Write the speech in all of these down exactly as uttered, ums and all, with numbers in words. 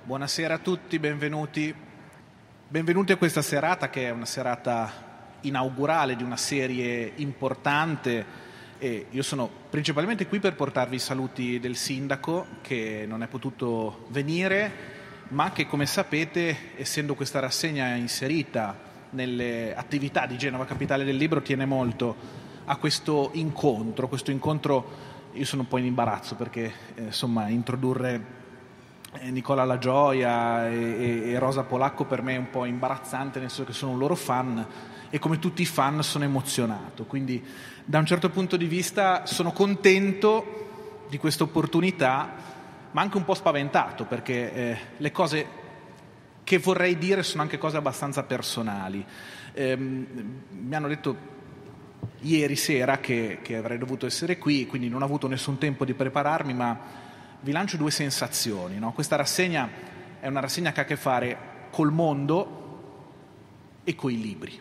Buonasera a tutti, benvenuti. Benvenuti a questa serata che è una serata inaugurale di una serie importante e io sono principalmente qui per portarvi i saluti del sindaco che non è potuto venire, ma che, come sapete, essendo questa rassegna inserita nelle attività di Genova Capitale del Libro, tiene molto a questo incontro. Questo incontro, io sono un po' in imbarazzo perché eh, insomma introdurre Nicola La Gioia e, e Rosa Polacco per me è un po' imbarazzante, nel senso che sono un loro fan e come tutti i fan sono emozionato, quindi da un certo punto di vista sono contento di questa opportunità, ma anche un po' spaventato perché eh, le cose che vorrei dire sono anche cose abbastanza personali. Eh, mi hanno detto ieri sera che, che avrei dovuto essere qui, quindi non ho avuto nessun tempo di prepararmi, ma vi lancio due sensazioni, no? Questa rassegna è una rassegna che ha a che fare col mondo e coi libri.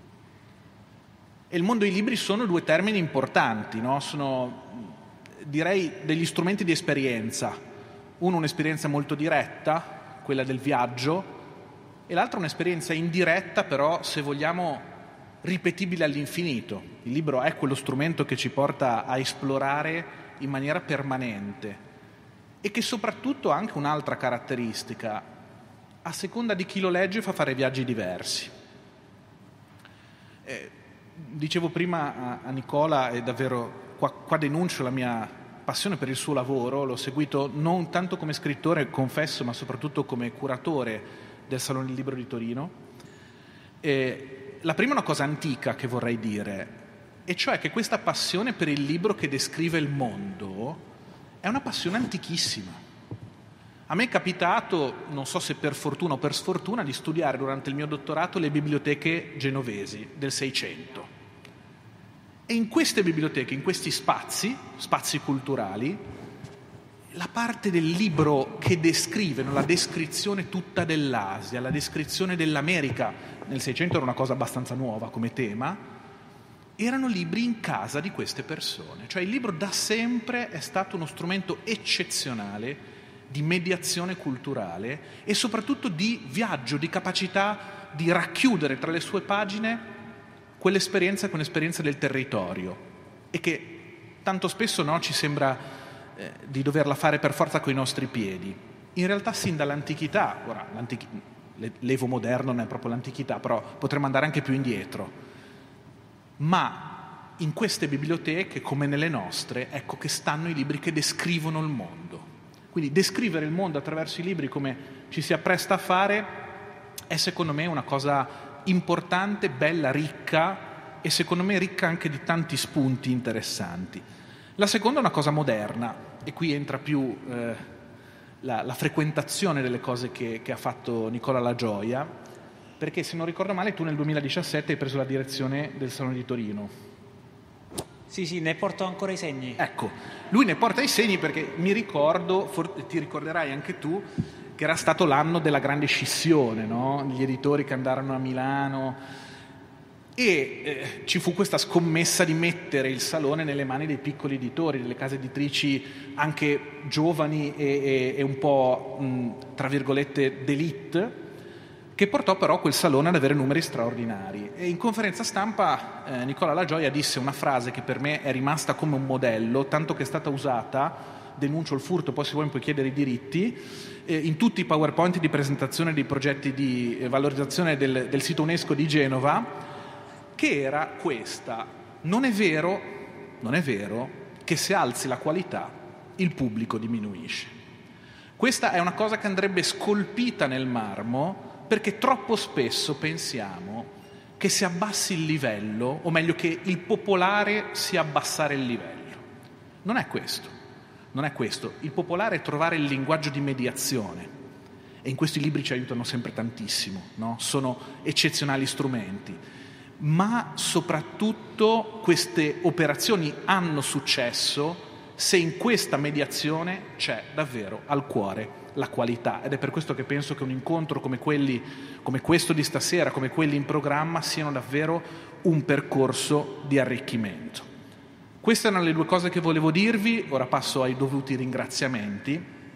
E il mondo e i libri sono due termini importanti, no? Sono, direi, degli strumenti di esperienza. Uno un'esperienza molto diretta, quella del viaggio, e l'altro un'esperienza indiretta, però, se vogliamo, ripetibile all'infinito. Il libro è quello strumento che ci porta a esplorare in maniera permanente. E che soprattutto ha anche un'altra caratteristica: a seconda di chi lo legge fa fare viaggi diversi. Eh, dicevo prima a, a Nicola, e davvero qua, qua denuncio la mia passione per il suo lavoro, l'ho seguito non tanto come scrittore, confesso, ma soprattutto come curatore del Salone del Libro di Torino. Eh, la prima è una cosa antica che vorrei dire, e cioè che questa passione per il libro che descrive il mondo è una passione antichissima. A me è capitato, non so se per fortuna o per sfortuna, di studiare durante il mio dottorato le biblioteche genovesi del Seicento. E in queste biblioteche, in questi spazi, spazi culturali, la parte del libro che descrive, no, la descrizione tutta dell'Asia, la descrizione dell'America, nel Seicento era una cosa abbastanza nuova come tema, erano libri in casa di queste persone. Cioè il libro da sempre è stato uno strumento eccezionale di mediazione culturale e soprattutto di viaggio, di capacità di racchiudere tra le sue pagine quell'esperienza con l'esperienza del territorio, e che tanto spesso, no, ci sembra eh, di doverla fare per forza coi nostri piedi. In realtà sin dall'antichità, ora l'antichi- l'evo moderno non è proprio l'antichità, però potremmo andare anche più indietro. Ma in queste biblioteche, come nelle nostre, ecco che stanno i libri che descrivono il mondo. Quindi descrivere il mondo attraverso i libri, come ci si appresta a fare, è secondo me una cosa importante, bella, ricca, e secondo me ricca anche di tanti spunti interessanti. La seconda è una cosa moderna, e qui entra più eh, la, la frequentazione delle cose che, che ha fatto Nicola La Gioia, perché se non ricordo male tu nel duemiladiciassette hai preso la direzione del Salone di Torino. Sì, sì, ne porto ancora i segni. Ecco, lui ne porta i segni perché mi ricordo, for- ti ricorderai anche tu, che era stato l'anno della grande scissione, no? Gli editori che andarono a Milano, e eh, ci fu questa scommessa di mettere il Salone nelle mani dei piccoli editori, delle case editrici anche giovani e, e, e un po', mh, tra virgolette, d'élite, che portò però quel Salone ad avere numeri straordinari. E in conferenza stampa eh, Nicola La Gioia disse una frase che per me è rimasta come un modello, tanto che è stata usata, denuncio il furto, poi se vuoi puoi chiedere i diritti, eh, in tutti i PowerPoint di presentazione dei progetti di eh, valorizzazione del, del sito UNESCO di Genova, che era questa: non è vero, non è vero che se alzi la qualità il pubblico diminuisce. Questa è una cosa che andrebbe scolpita nel marmo, perché troppo spesso pensiamo che se abbassi il livello, o meglio che il popolare sia abbassare il livello. Non è questo, non è questo. Il popolare è trovare il linguaggio di mediazione, e in questi libri ci aiutano sempre tantissimo, no? Sono eccezionali strumenti, ma soprattutto queste operazioni hanno successo se in questa mediazione c'è davvero al cuore la qualità, ed è per questo che penso che un incontro come quelli, come questo di stasera, come quelli in programma, siano davvero un percorso di arricchimento. Queste erano le due cose che volevo dirvi. Ora passo ai dovuti ringraziamenti.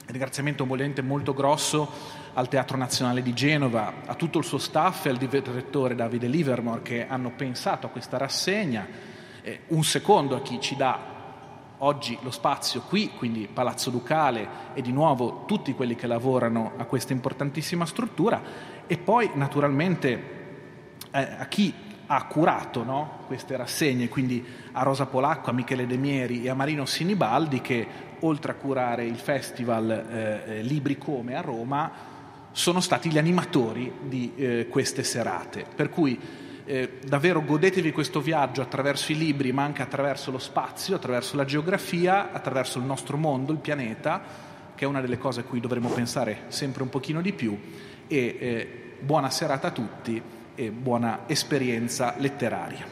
ringraziamento ovviamente molto grosso al Teatro Nazionale di Genova, a tutto il suo staff e al direttore Davide Livermore che hanno pensato a questa rassegna. Eh, un secondo a chi ci dà oggi lo spazio qui, quindi Palazzo Ducale, e di nuovo tutti quelli che lavorano a questa importantissima struttura, e poi naturalmente eh, a chi ha curato, no, queste rassegne, quindi a Rosa Polacco, a Michele De Mieri e a Marino Sinibaldi, che oltre a curare il festival eh, Libri Come a Roma sono stati gli animatori di eh, queste serate, per cui Eh, davvero godetevi questo viaggio attraverso i libri, ma anche attraverso lo spazio, attraverso la geografia, attraverso il nostro mondo, il pianeta, che è una delle cose a cui dovremo pensare sempre un pochino di più. E eh, buona serata a tutti e buona esperienza letteraria.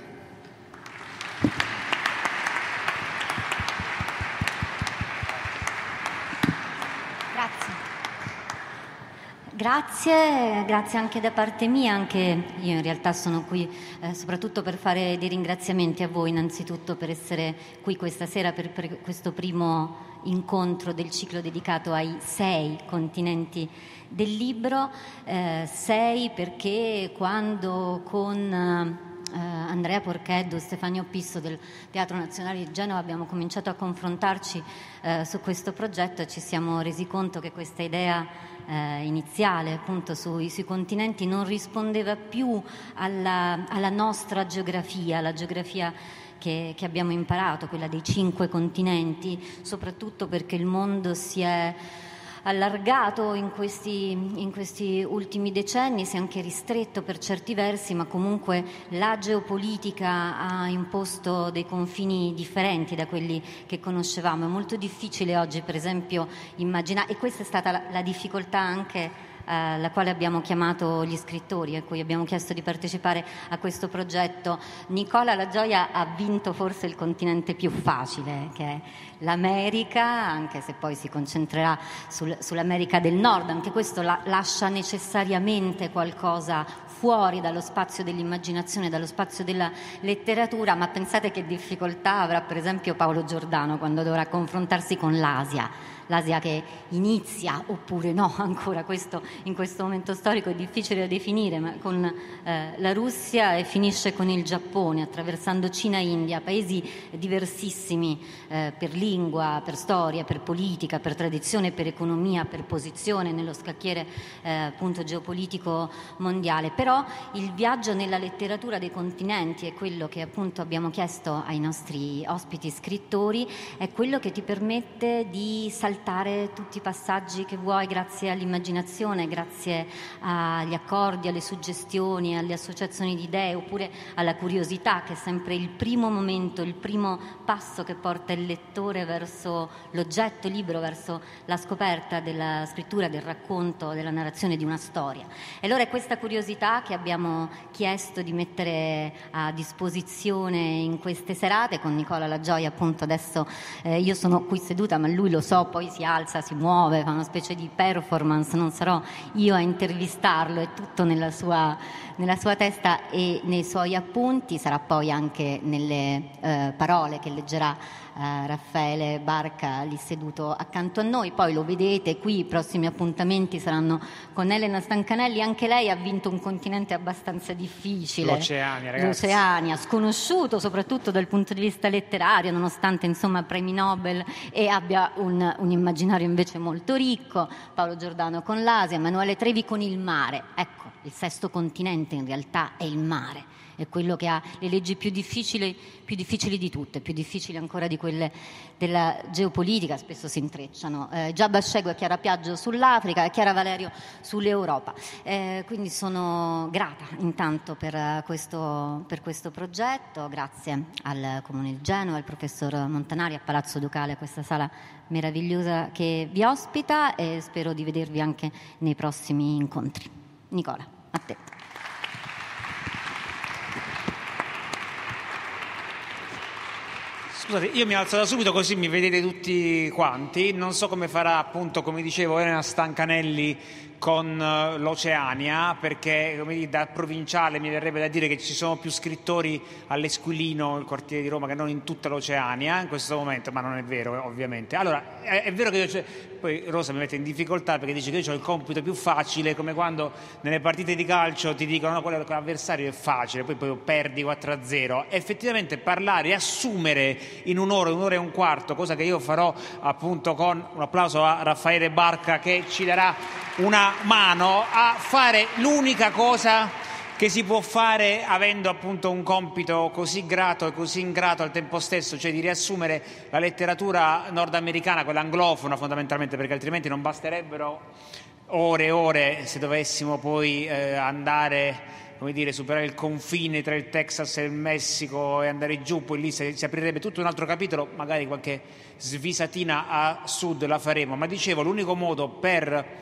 Grazie, grazie anche da parte mia, anche io in realtà sono qui eh, soprattutto per fare dei ringraziamenti a voi innanzitutto per essere qui questa sera per, per questo primo incontro del ciclo dedicato ai sei continenti del libro, eh, sei perché quando con Uh, Andrea Porcheddu e Stefano Pisso del Teatro Nazionale di Genova abbiamo cominciato a confrontarci uh, su questo progetto e ci siamo resi conto che questa idea uh, iniziale appunto sui, sui continenti non rispondeva più alla, alla nostra geografia, alla geografia che, che abbiamo imparato, quella dei cinque continenti, soprattutto perché il mondo si è allargato in questi, in questi ultimi decenni, si è anche ristretto per certi versi, ma comunque la geopolitica ha imposto dei confini differenti da quelli che conoscevamo. È molto difficile oggi, per esempio, immaginare, e questa è stata la, la difficoltà anche alla quale abbiamo chiamato gli scrittori, a cui abbiamo chiesto di partecipare a questo progetto. Nicola La Gioia ha vinto forse il continente più facile, che è l'America, anche se poi si concentrerà sul, sull'America del Nord. Anche questo la, lascia necessariamente qualcosa fuori dallo spazio dell'immaginazione, dallo spazio della letteratura, ma pensate che difficoltà avrà per esempio Paolo Giordano quando dovrà confrontarsi con l'Asia. L'Asia che inizia, oppure no, ancora questo in questo momento storico è difficile da definire, ma con eh, la Russia e finisce con il Giappone, attraversando Cina e India, paesi diversissimi eh, per lingua, per storia, per politica, per tradizione, per economia, per posizione nello scacchiere eh, appunto geopolitico mondiale. Però il viaggio nella letteratura dei continenti è quello che appunto abbiamo chiesto ai nostri ospiti scrittori, è quello che ti permette di saltare tutti i passaggi che vuoi grazie all'immaginazione, grazie agli accordi, alle suggestioni, alle associazioni di idee, oppure alla curiosità, che è sempre il primo momento, il primo passo che porta il lettore verso l'oggetto libro, verso la scoperta della scrittura, del racconto, della narrazione di una storia. E allora è questa curiosità che abbiamo chiesto di mettere a disposizione in queste serate con Nicola La Gioia. Appunto adesso eh, io sono qui seduta, ma lui lo so, poi si alza, si muove, fa una specie di performance, non sarò io a intervistarlo, è tutto nella sua, nella sua testa e nei suoi appunti, sarà poi anche nelle eh, parole che leggerà eh, Raffaele Barca lì seduto accanto a noi. Poi lo vedete qui, i prossimi appuntamenti saranno con Elena Stancanelli, anche lei ha vinto un continente abbastanza difficile, l'Oceania, ragazzi. l'Oceania, sconosciuto soprattutto dal punto di vista letterario, nonostante insomma premi Nobel e abbia un, un immaginario invece molto ricco. Paolo Giordano con l'Asia, Emanuele Trevi con il mare. Ecco, il sesto continente in realtà è il mare, è quello che ha le leggi più difficili, più difficili di tutte, più difficili ancora di quelle della geopolitica, spesso si intrecciano. Eh, Giabba Scego e Chiara Piaggio sull'Africa e Chiara Valerio sull'Europa. Eh, quindi sono grata intanto per questo, per questo progetto, grazie al Comune di Genova, al professor Montanari, a Palazzo Ducale, a questa sala meravigliosa che vi ospita, e spero di vedervi anche nei prossimi incontri. Nicola, a te. Scusate, io mi alzo da subito così mi vedete tutti quanti. Non so come farà, appunto, come dicevo, Elena Stancanelli con l'Oceania, perché come dire, da provinciale mi verrebbe da dire che ci sono più scrittori all'Esquilino, il quartiere di Roma, che non in tutta l'Oceania in questo momento, ma non è vero ovviamente. Allora è, è vero che io, cioè, poi Rosa mi mette in difficoltà perché dice che io ho il compito più facile, come quando nelle partite di calcio ti dicono no, quello l'avversario è facile, poi, poi perdi quattro a zero. Effettivamente parlare e assumere in un'ora, un'ora e un quarto, cosa che io farò appunto con un applauso a Raffaele Barca che ci darà una mano a fare l'unica cosa che si può fare avendo appunto un compito così grato e così ingrato al tempo stesso, cioè di riassumere la letteratura nordamericana, quella anglofona fondamentalmente, perché altrimenti non basterebbero ore e ore se dovessimo poi eh, andare, come dire, superare il confine tra il Texas e il Messico e andare giù, poi lì si, si aprirebbe tutto un altro capitolo, magari qualche svisatina a sud la faremo, ma dicevo l'unico modo per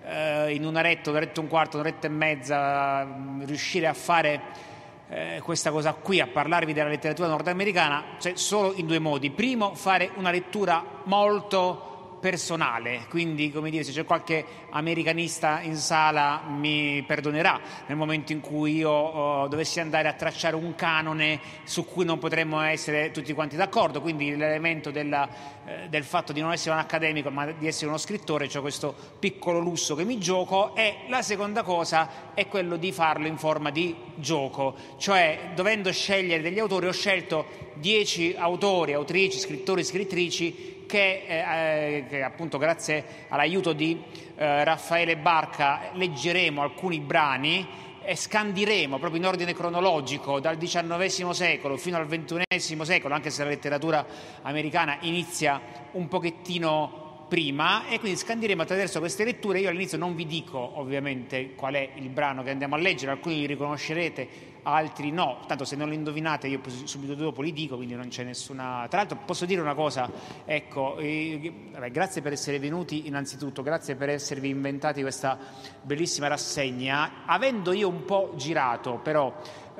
in un'oretta, un'oretta e un quarto, un'oretta e mezza riuscire a fare eh, questa cosa qui, a parlarvi della letteratura nordamericana, cioè solo in due modi. Primo, fare una lettura molto personale, quindi come dire, se c'è qualche americanista in sala mi perdonerà nel momento in cui io oh, dovessi andare a tracciare un canone su cui non potremmo essere tutti quanti d'accordo, quindi l'elemento della, eh, del fatto di non essere un accademico ma di essere uno scrittore, cioè questo piccolo lusso che mi gioco. E la seconda cosa è quello di farlo in forma di gioco, cioè dovendo scegliere degli autori ho scelto dieci autori, autrici, scrittori, scrittrici che, eh, che appunto grazie all'aiuto di eh, Raffaele Barca leggeremo alcuni brani e scandiremo proprio in ordine cronologico dal diciannovesimo secolo fino al ventunesimo secolo, anche se la letteratura americana inizia un pochettino prima, e quindi scandiremo attraverso queste letture. Io all'inizio non vi dico ovviamente qual è il brano che andiamo a leggere, alcuni li riconoscerete, altri no, tanto se non li indovinate io subito dopo li dico, quindi non c'è nessuna. Tra l'altro posso dire una cosa, ecco, eh, vabbè, grazie per essere venuti innanzitutto, grazie per esservi inventati questa bellissima rassegna. Avendo io un po' girato però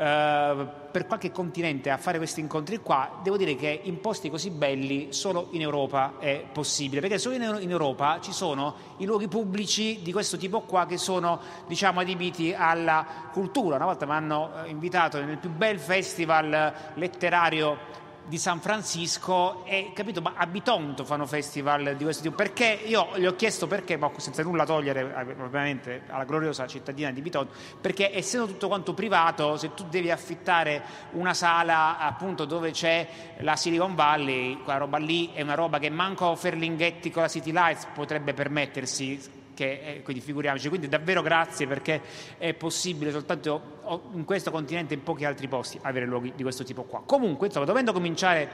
eh, per qualche continente a fare questi incontri qua, devo dire che in posti così belli solo in Europa è possibile, perché solo in, in Europa ci sono i luoghi pubblici di questo tipo qua che sono, diciamo, adibiti alla cultura. Una volta mi hanno invitato nel più bel festival letterario di San Francisco e, capito, ma a Bitonto fanno festival di questo tipo, perché io gli ho chiesto perché, ma senza nulla togliere ovviamente alla gloriosa cittadina di Bitonto, perché essendo tutto quanto privato, se tu devi affittare una sala appunto dove c'è la Silicon Valley, quella roba lì è una roba che manco Ferlinghetti con la City Lights potrebbe permettersi, che è, quindi figuriamoci. Quindi davvero grazie, perché è possibile soltanto in questo continente e in pochi altri posti avere luoghi di questo tipo qua. Comunque, insomma, dovendo cominciare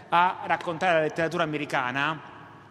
a raccontare la letteratura americana,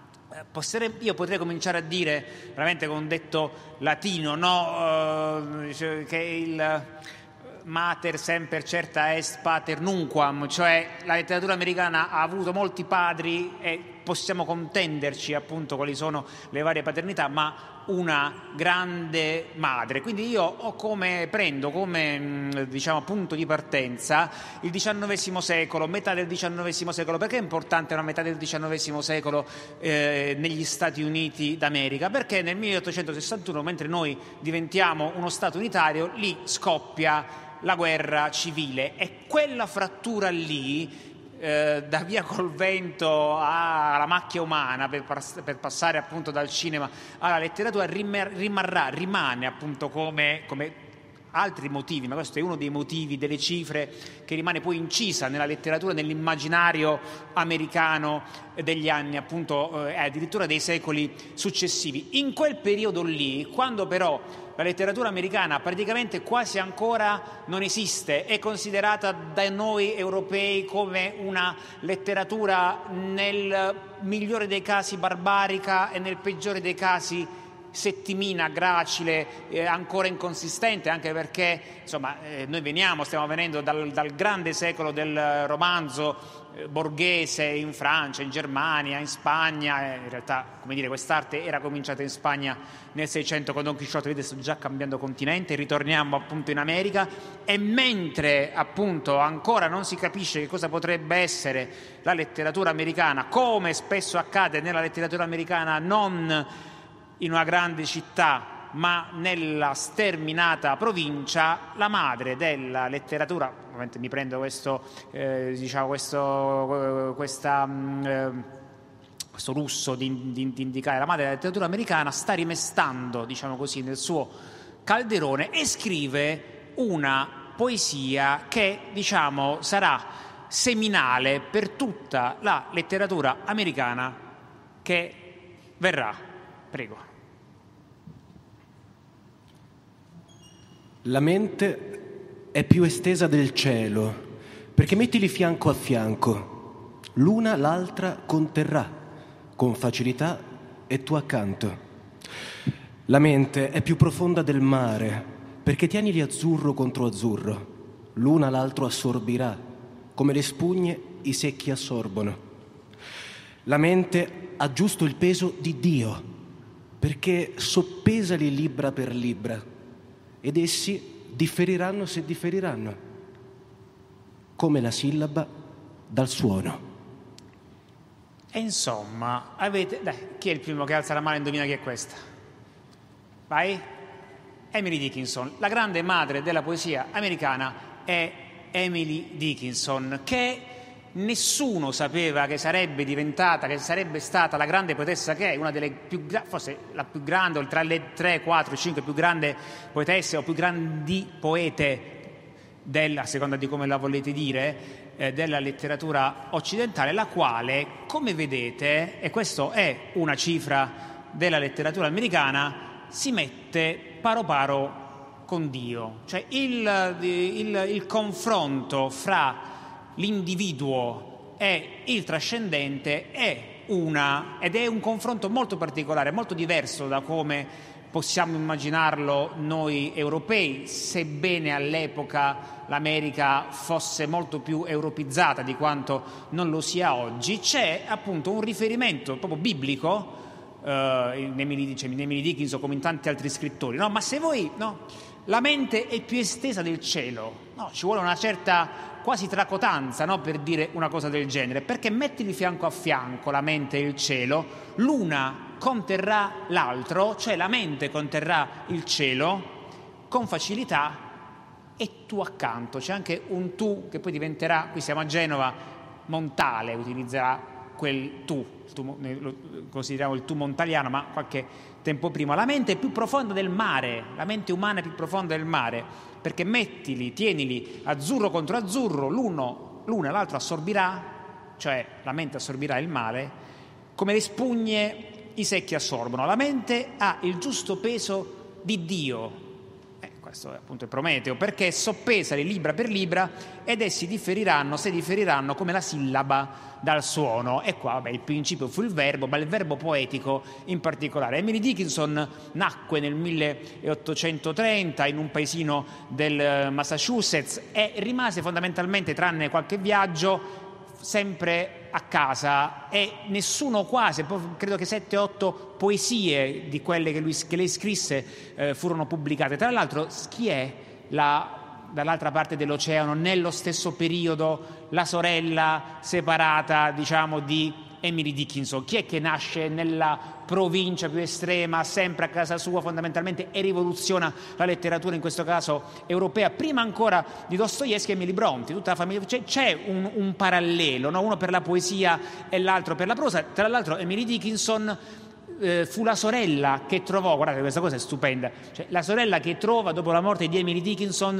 io potrei cominciare a dire veramente con un detto latino, no? Uh, che il mater semper certa est pater nunquam, cioè la letteratura americana ha avuto molti padri e possiamo contenderci appunto quali sono le varie paternità, ma una grande madre. Quindi io ho come prendo come diciamo punto di partenza il diciannovesimo secolo, metà del diciannovesimo secolo. Perché è importante una metà del diciannovesimo secolo eh, negli Stati Uniti d'America? Perché nel milleottocentosessantuno, mentre noi diventiamo uno Stato unitario, lì scoppia la guerra civile, e quella frattura lì eh, da Via col Vento alla macchia umana, per, per passare appunto dal cinema alla letteratura, rimer, rimarrà, rimane appunto come, come altri motivi, ma questo è uno dei motivi, delle cifre che rimane poi incisa nella letteratura, nell'immaginario americano degli anni appunto eh, addirittura dei secoli successivi. In quel periodo lì, quando però la letteratura americana praticamente quasi ancora non esiste, è considerata da noi europei come una letteratura nel migliore dei casi barbarica e nel peggiore dei casi settimina, gracile, eh, ancora inconsistente, anche perché insomma eh, noi veniamo, stiamo venendo dal, dal grande secolo del romanzo eh, borghese in Francia, in Germania, in Spagna. Eh, in realtà, come dire, quest'arte era cominciata in Spagna nel Seicento con Don Chisciotte, vedete, sto già cambiando continente, ritorniamo appunto in America, e mentre appunto ancora non si capisce che cosa potrebbe essere la letteratura americana, come spesso accade nella letteratura americana non in una grande città ma nella sterminata provincia la madre della letteratura, ovviamente mi prendo questo, eh, diciamo questo, questa, eh, questo lusso di, di, di indicare la madre della letteratura americana, sta rimestando, diciamo così, nel suo calderone e scrive una poesia che, diciamo, sarà seminale per tutta la letteratura americana che verrà. Prego. La mente è più estesa del cielo, perché mettili fianco a fianco, l'una l'altra conterrà con facilità e tu accanto. La mente è più profonda del mare, perché tienili azzurro contro azzurro, l'una l'altro assorbirà, come le spugne i secchi assorbono. La mente ha giusto il peso di Dio, perché soppesali libbra per libbra, ed essi differiranno se differiranno, come la sillaba dal suono. E insomma, avete... Dai, chi è il primo che alza la mano e indovina chi è questa? Vai? Emily Dickinson, la grande madre della poesia americana è Emily Dickinson, che nessuno sapeva che sarebbe diventata, che sarebbe stata la grande poetessa che è, una delle più, forse la più grande, o tra le tre, quattro, cinque più grandi poetesse o più grandi poete della, a seconda di come la volete dire, eh, della letteratura occidentale, la quale, come vedete, e questo è una cifra della letteratura americana, si mette paro paro con Dio. Cioè il, il, il confronto fra l'individuo e il trascendente è una, ed è un confronto molto particolare, molto diverso da come possiamo immaginarlo noi europei, sebbene all'epoca l'America fosse molto più europeizzata di quanto non lo sia oggi. C'è appunto un riferimento proprio biblico uh, in, Emily, cioè, in Emily Dickinson come in tanti altri scrittori, no? Ma se voi, no, la mente è più estesa del cielo, no? Ci vuole una certa quasi tracotanza, no, per dire una cosa del genere, perché mettili fianco a fianco la mente e il cielo, l'una conterrà l'altro, cioè la mente conterrà il cielo con facilità e tu accanto. C'è anche un tu che poi diventerà, qui siamo a Genova, Montale utilizzerà quel tu, il tu lo consideriamo il tu montaliano, ma qualche tempo prima. La mente è più profonda del mare, la mente umana è più profonda del mare, perché mettili, tienili azzurro contro azzurro, l'uno, l'una e l'altro assorbirà, cioè la mente assorbirà il male, come le spugne i secchi assorbono. La mente ha il giusto peso di Dio, eh, questo è appunto il Prometeo, perché soppesali libbra per libbra ed essi differiranno, se differiranno, come la sillaba dal suono. E qua vabbè, il principio fu il verbo, ma il verbo poetico in particolare. Emily Dickinson nacque nel milleottocentotrenta in un paesino del Massachusetts e rimase fondamentalmente, tranne qualche viaggio, sempre a casa, e nessuno quasi, credo che sette otto poesie di quelle che, lui, che lei scrisse eh, furono pubblicate. Tra l'altro, chi è la dall'altra parte dell'oceano nello stesso periodo la sorella separata, diciamo, di Emily Dickinson? Chi è che nasce nella provincia più estrema, sempre a casa sua fondamentalmente, e rivoluziona la letteratura, in questo caso europea, prima ancora di Dostoevsky e Emily Brontë, tutta la famiglia? C'è, c'è un, un parallelo, no? Uno per la poesia e l'altro per la prosa. Tra l'altro Emily Dickinson eh, fu la sorella che trovò, guardate, questa cosa è stupenda, cioè, la sorella che trova dopo la morte di Emily Dickinson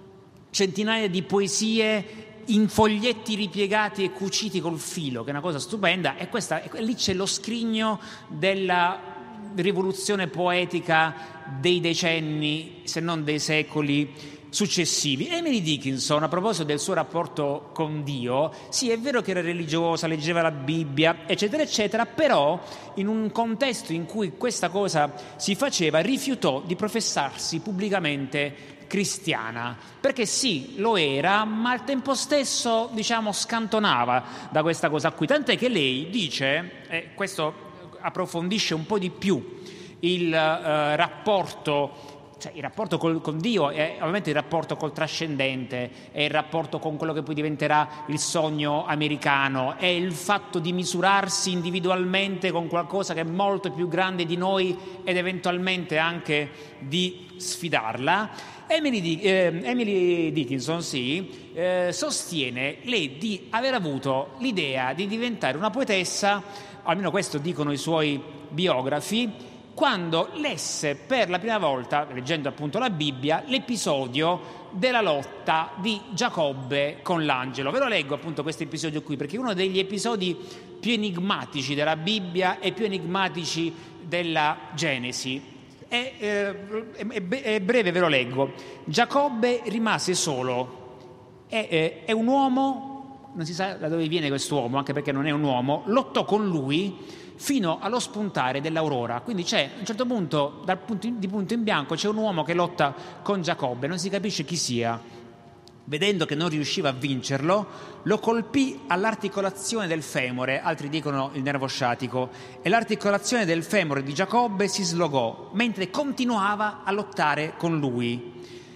centinaia di poesie in foglietti ripiegati e cuciti col filo, che è una cosa stupenda. E questa, e lì c'è lo scrigno della rivoluzione poetica dei decenni, se non dei secoli successivi. Emily Dickinson, a proposito del suo rapporto con Dio, sì, è vero che era religiosa, leggeva la Bibbia, eccetera eccetera, però in un contesto in cui questa cosa si faceva rifiutò di professarsi pubblicamente cristiana, perché sì, lo era, ma al tempo stesso, diciamo, scantonava da questa cosa qui, tant'è che lei dice, e questo approfondisce un po' di più il eh, rapporto cioè il rapporto col, con Dio è ovviamente il rapporto col trascendente, è il rapporto con quello che poi diventerà il sogno americano, è il fatto di misurarsi individualmente con qualcosa che è molto più grande di noi ed eventualmente anche di sfidarla. Emily, eh, Emily Dickinson sì, eh, sostiene lei di aver avuto l'idea di diventare una poetessa, almeno questo dicono i suoi biografi, quando lesse per la prima volta, leggendo appunto la Bibbia, l'episodio della lotta di Giacobbe con l'angelo. Ve lo leggo appunto questo episodio qui, perché è uno degli episodi più enigmatici della Bibbia e più enigmatici della Genesi. È, eh, è, è breve, ve lo leggo. Giacobbe rimase solo. È, è, è un uomo, non si sa da dove viene quest'uomo, anche perché non è un uomo, lottò con lui fino allo spuntare dell'aurora. Quindi c'è, a un certo punto, dal punto in, di punto in bianco, c'è un uomo che lotta con Giacobbe, non si capisce chi sia. Vedendo che non riusciva a vincerlo, lo colpì all'articolazione del femore, altri dicono il nervo sciatico, e l'articolazione del femore di Giacobbe si slogò, mentre continuava a lottare con lui.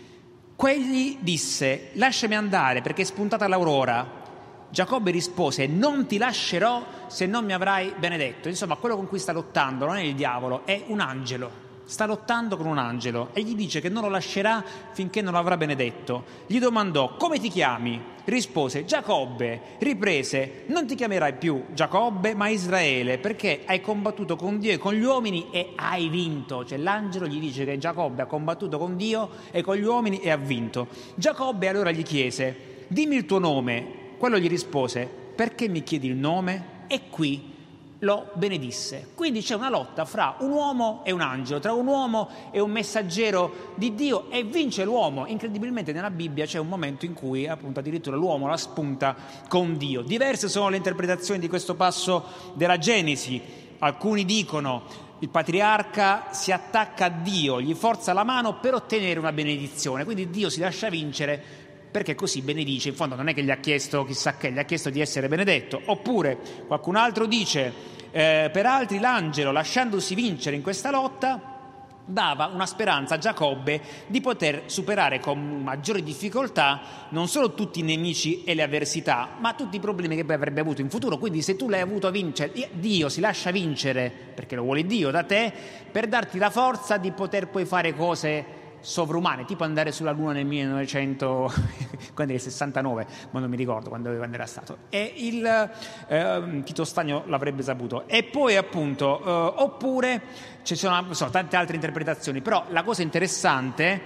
Quegli disse: lasciami andare, perché è spuntata l'aurora. Giacobbe rispose: non ti lascerò se non mi avrai benedetto. Insomma, quello con cui sta lottando non è il diavolo, è un angelo. Sta lottando con un angelo e gli dice che non lo lascerà finché non lo avrà benedetto. Gli domandò: come ti chiami? Rispose: Giacobbe. Riprese: non ti chiamerai più Giacobbe ma Israele, perché hai combattuto con Dio e con gli uomini e hai vinto. Cioè l'angelo gli dice che Giacobbe ha combattuto con Dio e con gli uomini e ha vinto. Giacobbe allora gli chiese: dimmi il tuo nome. Quello gli rispose: perché mi chiedi il nome? E qui lo benedisse. Quindi c'è una lotta fra un uomo e un angelo, tra un uomo e un messaggero di Dio, e vince l'uomo. Incredibilmente nella Bibbia c'è un momento in cui appunto addirittura l'uomo la spunta con Dio. Diverse sono le interpretazioni di questo passo della Genesi. Alcuni dicono: il patriarca si attacca a Dio, gli forza la mano per ottenere una benedizione, quindi Dio si lascia vincere perché così benedice. In fondo non è che gli ha chiesto chissà che, gli ha chiesto di essere benedetto. Oppure qualcun altro dice: eh, per altri l'angelo, lasciandosi vincere in questa lotta, dava una speranza a Giacobbe di poter superare con maggiori difficoltà non solo tutti i nemici e le avversità, ma tutti i problemi che poi avrebbe avuto in futuro. Quindi se tu l'hai avuto a vincere, Dio si lascia vincere, perché lo vuole Dio da te, per darti la forza di poter poi fare cose sovrumane, tipo andare sulla Luna nel millenovecento quando era sessantanove, ma non mi ricordo quando, quando era stato, e il eh, Tito Stagno l'avrebbe saputo. E poi appunto eh, oppure ci sono, sono tante altre interpretazioni, però la cosa interessante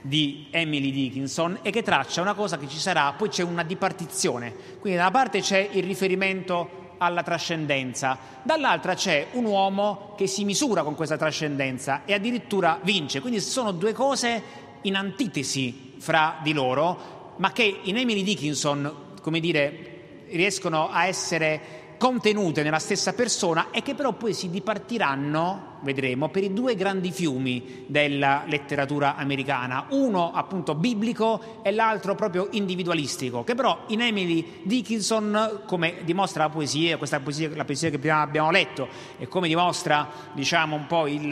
di Emily Dickinson è che traccia una cosa che ci sarà, poi c'è una dipartizione, quindi da una parte c'è il riferimento alla trascendenza, dall'altra c'è un uomo che si misura con questa trascendenza e addirittura vince. Quindi sono due cose in antitesi fra di loro, ma che in Emily Dickinson, come dire, riescono a essere contenute nella stessa persona e che però poi si dipartiranno, vedremo, per i due grandi fiumi della letteratura americana, uno appunto biblico e l'altro proprio individualistico, che però in Emily Dickinson, come dimostra la poesia, questa poesia, la poesia che prima abbiamo letto, e come dimostra, diciamo, un po' il,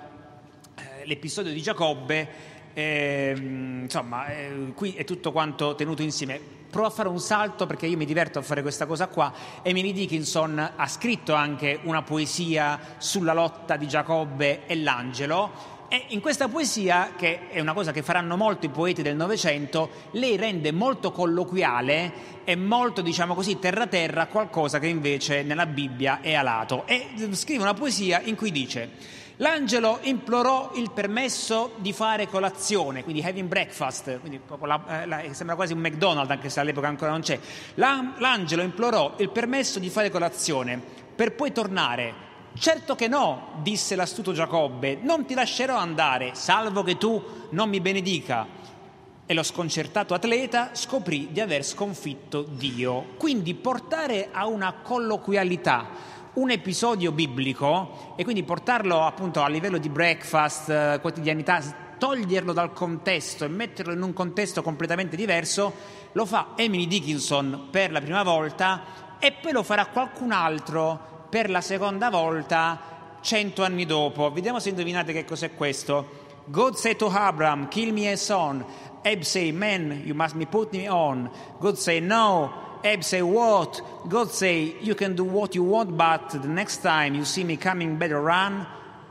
eh, l'episodio di Giacobbe, eh, insomma, eh, qui è tutto quanto tenuto insieme. Provo a fare un salto perché io mi diverto a fare questa cosa qua. Emily Dickinson ha scritto anche una poesia sulla lotta di Giacobbe e l'angelo, e in questa poesia, che è una cosa che faranno molto i poeti del Novecento, lei rende molto colloquiale e molto, diciamo così, terra terra qualcosa che invece nella Bibbia è alato, e scrive una poesia in cui dice: l'angelo implorò il permesso di fare colazione, quindi having breakfast, quindi proprio la, la, sembra quasi un McDonald's, anche se all'epoca ancora non c'è. La, l'angelo implorò il permesso di fare colazione per poi tornare. Certo che no, disse l'astuto Giacobbe, non ti lascerò andare, salvo che tu non mi benedica. E lo sconcertato atleta scoprì di aver sconfitto Dio. Quindi portare a una colloquialità un episodio biblico e quindi portarlo appunto a livello di breakfast, eh, quotidianità, toglierlo dal contesto e metterlo in un contesto completamente diverso, lo fa Emily Dickinson per la prima volta e poi lo farà qualcun altro per la seconda volta cento anni dopo. Vediamo se indovinate che cos'è questo. God said to Abraham, kill me a son. Ab say, man, you must me put me on. God say, no. Ab say, what? God say, you can do what you want, but the next time you see me coming, better run.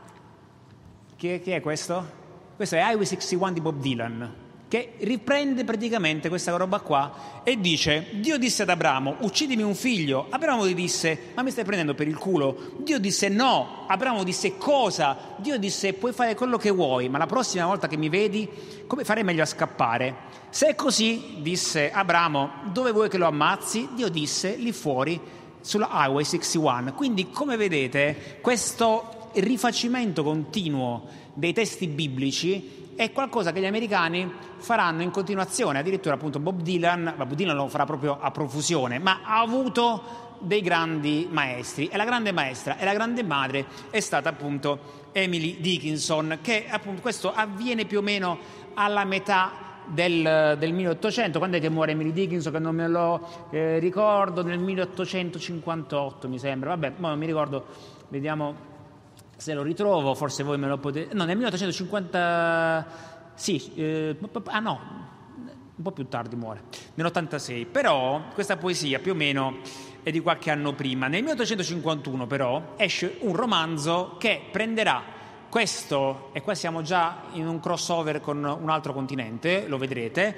Chi è, chi è questo? Questo è Highway sessantuno di Bob Dylan, che riprende praticamente questa roba qua e dice: Dio disse ad Abramo, uccidimi un figlio. Abramo gli disse, ma mi stai prendendo per il culo? Dio disse no. Abramo disse cosa? Dio disse, puoi fare quello che vuoi, ma la prossima volta che mi vedi, come farei meglio a scappare? Se è così, disse Abramo, dove vuoi che lo ammazzi? Dio disse, lì fuori sulla Highway sessantuno. Quindi, come vedete, questo rifacimento continuo dei testi biblici è qualcosa che gli americani faranno in continuazione. Addirittura appunto Bob Dylan, Bob Dylan lo farà proprio a profusione, ma ha avuto dei grandi maestri, e la grande maestra e la grande madre è stata appunto Emily Dickinson, che appunto questo avviene più o meno alla metà del, del milleottocento. Quando è che muore Emily Dickinson? Che non me lo eh, ricordo, nel milleottocentocinquantotto mi sembra, vabbè, non mi ricordo, vediamo se lo ritrovo, forse voi me lo potete... No, nel milleottocentocinquanta... Sì, eh, ah no, un po' più tardi muore, nell'ottantasei. Però questa poesia più o meno è di qualche anno prima. Nel milleottocentocinquantuno però esce un romanzo che prenderà questo, e qua siamo già in un crossover con un altro continente, lo vedrete.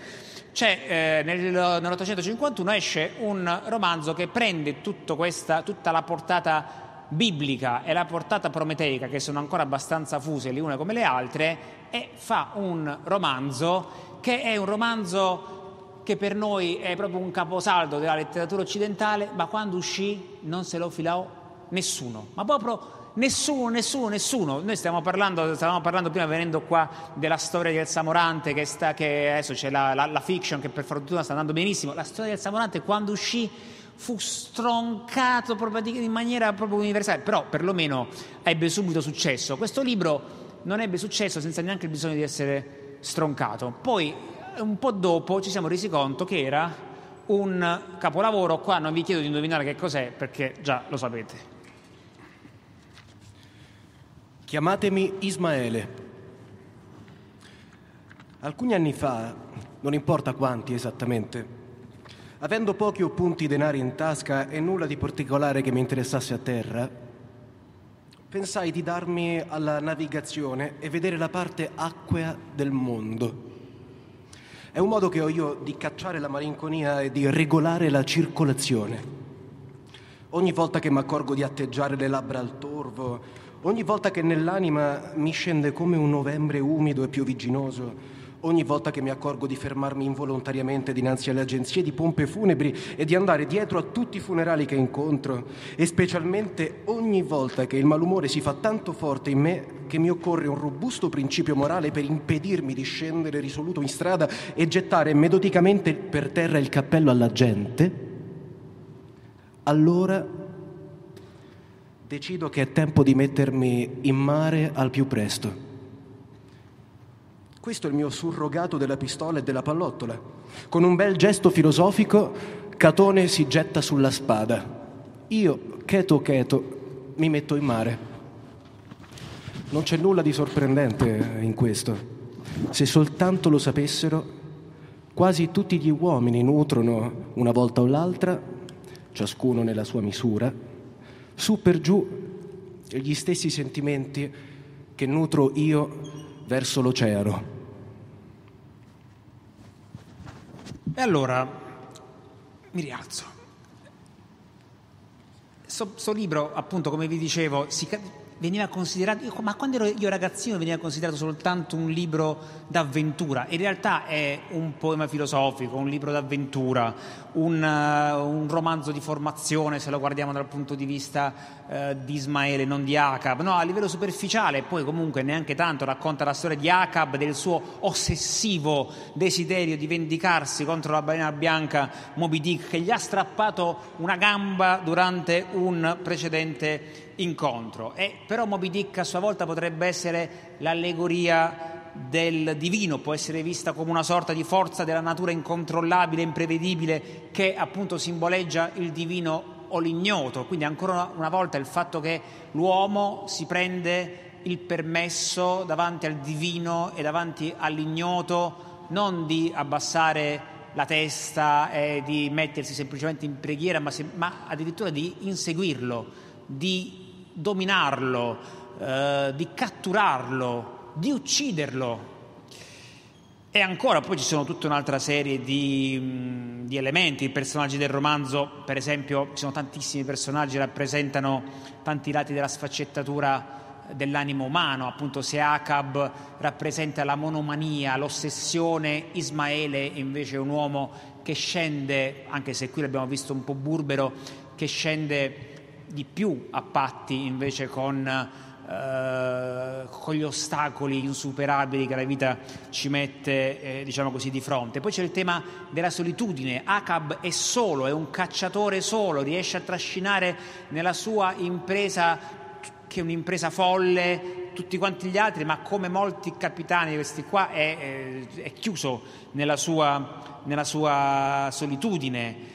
C'è, eh, nel, nell'ottocentocinquantuno esce un romanzo che prende tutto questa, tutta la portata biblica e la portata prometeica, che sono ancora abbastanza fuse le une come le altre, e fa un romanzo che è un romanzo che per noi è proprio un caposaldo della letteratura occidentale, ma quando uscì non se lo filò nessuno, ma proprio nessuno, nessuno, nessuno. Noi stiamo parlando, stavamo parlando prima venendo qua della storia del Samorante, che, sta, che adesso c'è la, la, la fiction che per fortuna sta andando benissimo. La storia del Samorante quando uscì fu stroncato proprio in maniera proprio universale, però perlomeno ebbe subito successo. Questo libro non ebbe successo senza neanche il bisogno di essere stroncato. Poi un po' dopo ci siamo resi conto che era un capolavoro. Qua non vi chiedo di indovinare che cos'è, perché già lo sapete. Chiamatemi Ismaele. Alcuni anni fa, non importa quanti esattamente, avendo pochi o punti denari in tasca e nulla di particolare che mi interessasse a terra, pensai di darmi alla navigazione e vedere la parte acquea del mondo. È un modo che ho io di cacciare la malinconia e di regolare la circolazione. Ogni volta che mi accorgo di atteggiare le labbra al torvo, ogni volta che nell'anima mi scende come un novembre umido e piovigginoso, ogni volta che mi accorgo di fermarmi involontariamente dinanzi alle agenzie di pompe funebri e di andare dietro a tutti i funerali che incontro, e specialmente ogni volta che il malumore si fa tanto forte in me che mi occorre un robusto principio morale per impedirmi di scendere risoluto in strada e gettare metodicamente per terra il cappello alla gente, allora decido che è tempo di mettermi in mare al più presto. Questo è il mio surrogato della pistola e della pallottola. Con un bel gesto filosofico, Catone si getta sulla spada. Io, cheto cheto, mi metto in mare. Non c'è nulla di sorprendente in questo. Se soltanto lo sapessero, quasi tutti gli uomini nutrono, una volta o l'altra, ciascuno nella sua misura, su per giù, gli stessi sentimenti che nutro io verso l'oceano. E allora mi rialzo. Questo libro, appunto, come vi dicevo, si, veniva considerato, io, ma quando ero io ragazzino veniva considerato soltanto un libro d'avventura. In realtà è un poema filosofico, un libro d'avventura, un, uh, un romanzo di formazione, se lo guardiamo dal punto di vista uh, di Ismaele, non di Acab. No, a livello superficiale, poi comunque neanche tanto, racconta la storia di Acab, del suo ossessivo desiderio di vendicarsi contro la balena bianca Moby Dick, che gli ha strappato una gamba durante un precedente incontro. E però Moby Dick a sua volta potrebbe essere l'allegoria del divino, può essere vista come una sorta di forza della natura incontrollabile, imprevedibile, che appunto simboleggia il divino o l'ignoto. Quindi ancora una volta il fatto che l'uomo si prende il permesso davanti al divino e davanti all'ignoto non di abbassare la testa e di mettersi semplicemente in preghiera, ma, se, ma addirittura di inseguirlo, di dominarlo, eh, di catturarlo, di ucciderlo. E ancora poi ci sono tutta un'altra serie di, di elementi. I personaggi del romanzo, per esempio, ci sono tantissimi personaggi che rappresentano tanti lati della sfaccettatura dell'animo umano. Appunto, se Acab rappresenta la monomania, l'ossessione, Ismaele invece è un uomo che scende, anche se qui l'abbiamo visto un po' burbero, che scende di più a patti invece con, eh, con gli ostacoli insuperabili che la vita ci mette, eh, diciamo così, di fronte. Poi c'è il tema della solitudine. Acab è solo, è un cacciatore solo, riesce a trascinare nella sua impresa, che è un'impresa folle, tutti quanti gli altri, ma come molti capitani, questi qua è, è, è chiuso nella sua, nella sua solitudine.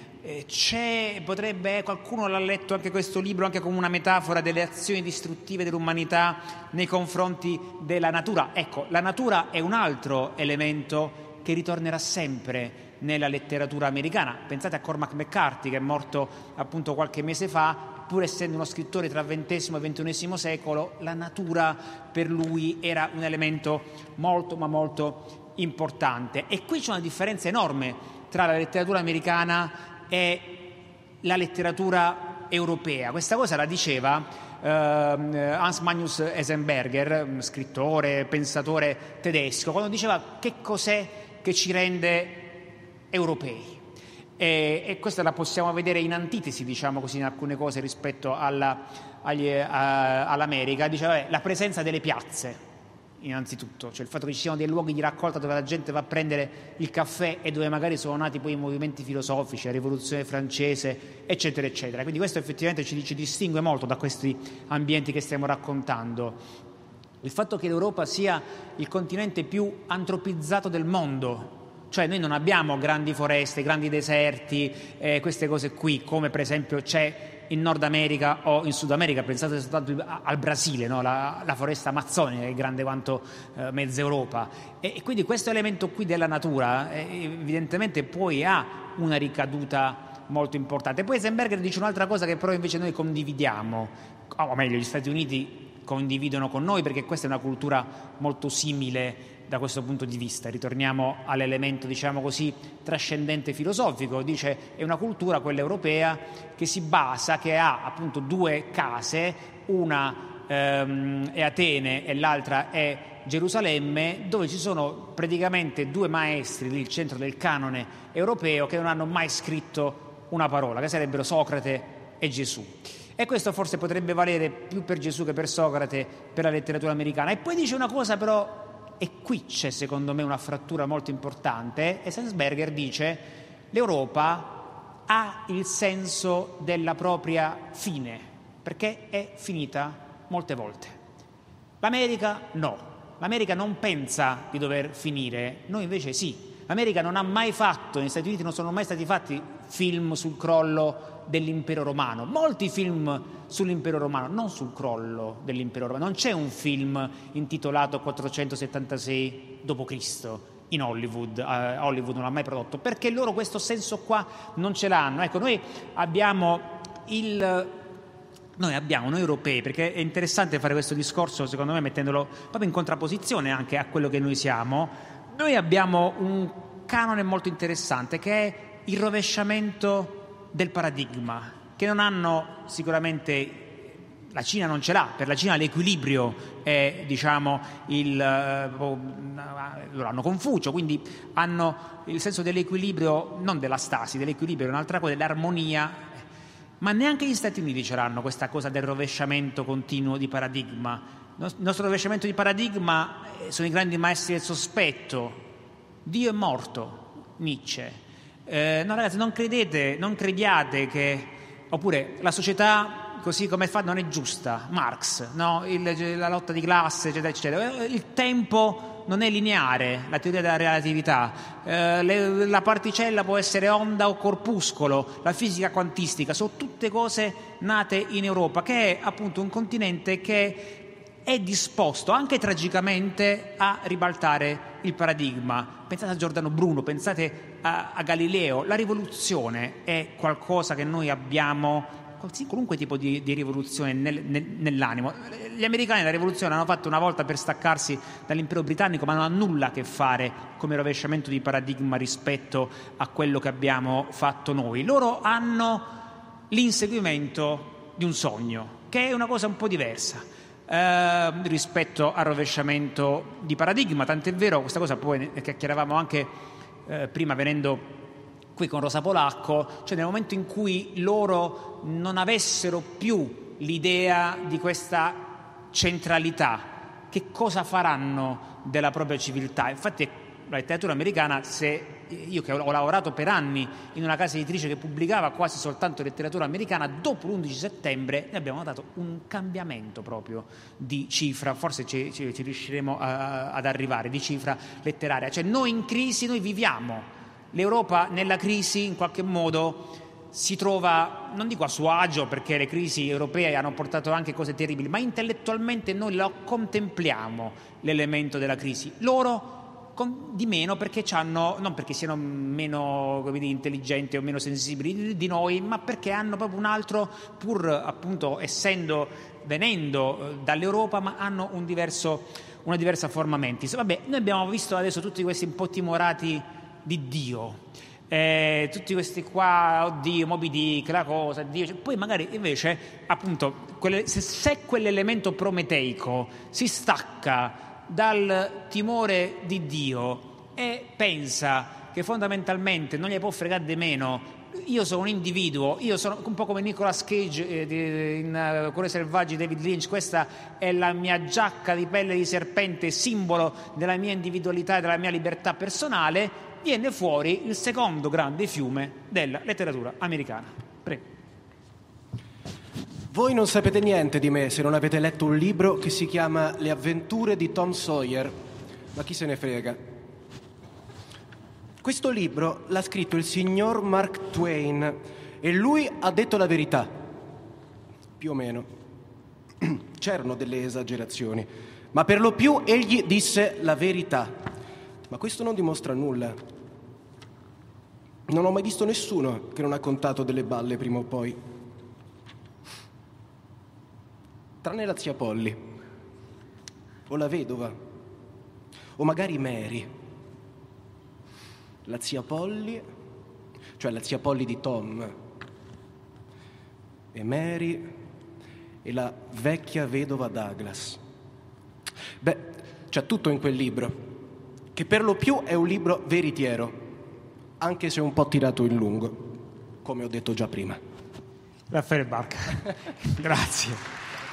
C'è, potrebbe, qualcuno l'ha letto anche questo libro anche come una metafora delle azioni distruttive dell'umanità nei confronti della natura. Ecco, la natura è un altro elemento che ritornerà sempre nella letteratura americana. Pensate a Cormac McCarthy, che è morto appunto qualche mese fa. Pur essendo uno scrittore tra ventesimo e ventunesimo secolo, la natura per lui era un elemento molto ma molto importante. E qui c'è una differenza enorme tra la letteratura americana e la letteratura europea. Questa cosa la diceva eh, Hans Magnus Enzensberger, scrittore, pensatore tedesco, quando diceva che cos'è che ci rende europei. E, e questa la possiamo vedere in antitesi, diciamo così, in alcune cose rispetto alla, agli, a, all'America. Diceva beh, la presenza delle piazze, innanzitutto, cioè il fatto che ci siano dei luoghi di raccolta dove la gente va a prendere il caffè e dove magari sono nati poi i movimenti filosofici, la rivoluzione francese, eccetera eccetera. Quindi questo effettivamente ci, ci distingue molto da questi ambienti che stiamo raccontando. Il fatto che l'Europa sia il continente più antropizzato del mondo, cioè noi non abbiamo grandi foreste, grandi deserti, eh, queste cose qui, come per esempio c'è in Nord America o in Sud America. Pensate soltanto al Brasile, no? la, la foresta amazzonica è grande quanto eh, mezza Europa, e, e quindi questo elemento qui della natura eh, evidentemente poi ha una ricaduta molto importante. Poi Enzensberger dice un'altra cosa che però invece noi condividiamo, o meglio gli Stati Uniti condividono con noi, perché questa è una cultura molto simile da questo punto di vista. Ritorniamo all'elemento, diciamo così, trascendente filosofico. Dice è una cultura, quella europea, che si basa, che ha appunto due case, una ehm, è Atene e l'altra è Gerusalemme, dove ci sono praticamente due maestri del centro del canone europeo che non hanno mai scritto una parola, che sarebbero Socrate e Gesù. E questo forse potrebbe valere più per Gesù che per Socrate, per la letteratura americana. E poi dice una cosa però, e qui c'è secondo me una frattura molto importante, e Enzensberger dice l'Europa ha il senso della propria fine, perché è finita molte volte. L'America no, l'America non pensa di dover finire, noi invece sì. L'America non ha mai fatto, negli Stati Uniti non sono mai stati fatti film sul crollo dell'impero romano, molti film sull'impero romano, non sul crollo dell'impero romano. Non c'è un film intitolato quattrocentosettantasei dopo Cristo in Hollywood, uh, Hollywood non l'ha mai prodotto, perché loro questo senso qua non ce l'hanno. Ecco, noi abbiamo il noi abbiamo, noi europei, perché è interessante fare questo discorso secondo me mettendolo proprio in contrapposizione anche a quello che noi siamo. Noi abbiamo un canone molto interessante che è il rovesciamento del paradigma, che non hanno sicuramente, la Cina non ce l'ha. Per la Cina l'equilibrio è, diciamo, il loro hanno Confucio, quindi hanno il senso dell'equilibrio, non della stasi, dell'equilibrio è un'altra cosa, dell'armonia. Ma neanche gli Stati Uniti ce l'hanno questa cosa del rovesciamento continuo di paradigma. Il nostro rovesciamento di paradigma sono i grandi maestri del sospetto. Dio è morto, Nietzsche. Eh, no ragazzi, non credete, non crediate che, oppure la società così come fa non è giusta, Marx, no? Il, la lotta di classe, eccetera eccetera. Il tempo non è lineare, la teoria della relatività. Eh, le, la particella può essere onda o corpuscolo, la fisica quantistica, sono tutte cose nate in Europa, che è appunto un continente che è disposto anche tragicamente a ribaltare il paradigma. Pensate a Giordano Bruno, pensate a, a Galileo. La rivoluzione è qualcosa che noi abbiamo, qualunque tipo di, di rivoluzione nel, nel, nell'animo. Gli americani la rivoluzione l'hanno fatta una volta per staccarsi dall'impero britannico, ma non ha nulla a che fare come rovesciamento di paradigma rispetto a quello che abbiamo fatto noi. Loro hanno l'inseguimento di un sogno, che è una cosa un po' diversa eh, rispetto al rovesciamento di paradigma. Tant'è vero, questa cosa poi ne chiacchieravamo anche eh, prima venendo qui con Rosa Polacco, cioè nel momento in cui loro non avessero più l'idea di questa centralità, che cosa faranno della propria civiltà? Infatti la letteratura americana, se io che ho lavorato per anni in una casa editrice che pubblicava quasi soltanto letteratura americana, dopo l'undici settembre ne abbiamo notato un cambiamento proprio di cifra, forse ci, ci, ci riusciremo a, ad arrivare, di cifra letteraria. Cioè noi in crisi, noi viviamo. L'Europa nella crisi in qualche modo si trova, non dico a suo agio perché le crisi europee hanno portato anche cose terribili, ma intellettualmente noi lo contempliamo l'elemento della crisi. Loro con, di meno perché hanno, non perché siano meno, come dire, intelligenti o meno sensibili di, di noi, ma perché hanno proprio un altro, pur appunto essendo, venendo dall'Europa, ma hanno un diverso, una diversa forma mentis. Vabbè, noi abbiamo visto adesso tutti questi un po' timorati di Dio, eh, tutti questi qua, oddio, Moby Dick, la cosa, Dio, cioè, poi magari invece appunto quelle, se, se quell'elemento prometeico si stacca dal timore di Dio e pensa che fondamentalmente non gli può fregare di meno, io sono un individuo, io sono un po' come Nicolas Cage eh, in uh, Cuore selvaggi, David Lynch, questa è la mia giacca di pelle di serpente, simbolo della mia individualità e della mia libertà personale, viene fuori il secondo grande fiume della letteratura americana. Prego. Voi non sapete niente di me se non avete letto un libro che si chiama Le avventure di Tom Sawyer, ma chi se ne frega. Questo libro l'ha scritto il signor Mark Twain e lui ha detto la verità, più o meno. C'erano delle esagerazioni, ma per lo più egli disse la verità. Ma questo non dimostra nulla. Non ho mai visto nessuno che non ha contato delle balle prima o poi. Tranne la zia Polly, o la vedova, o magari Mary. La zia Polly, cioè la zia Polly di Tom, e Mary e la vecchia vedova Douglas. Beh, c'è tutto in quel libro, che per lo più è un libro veritiero, anche se un po' tirato in lungo, come ho detto già prima. Raffaele Barca, grazie.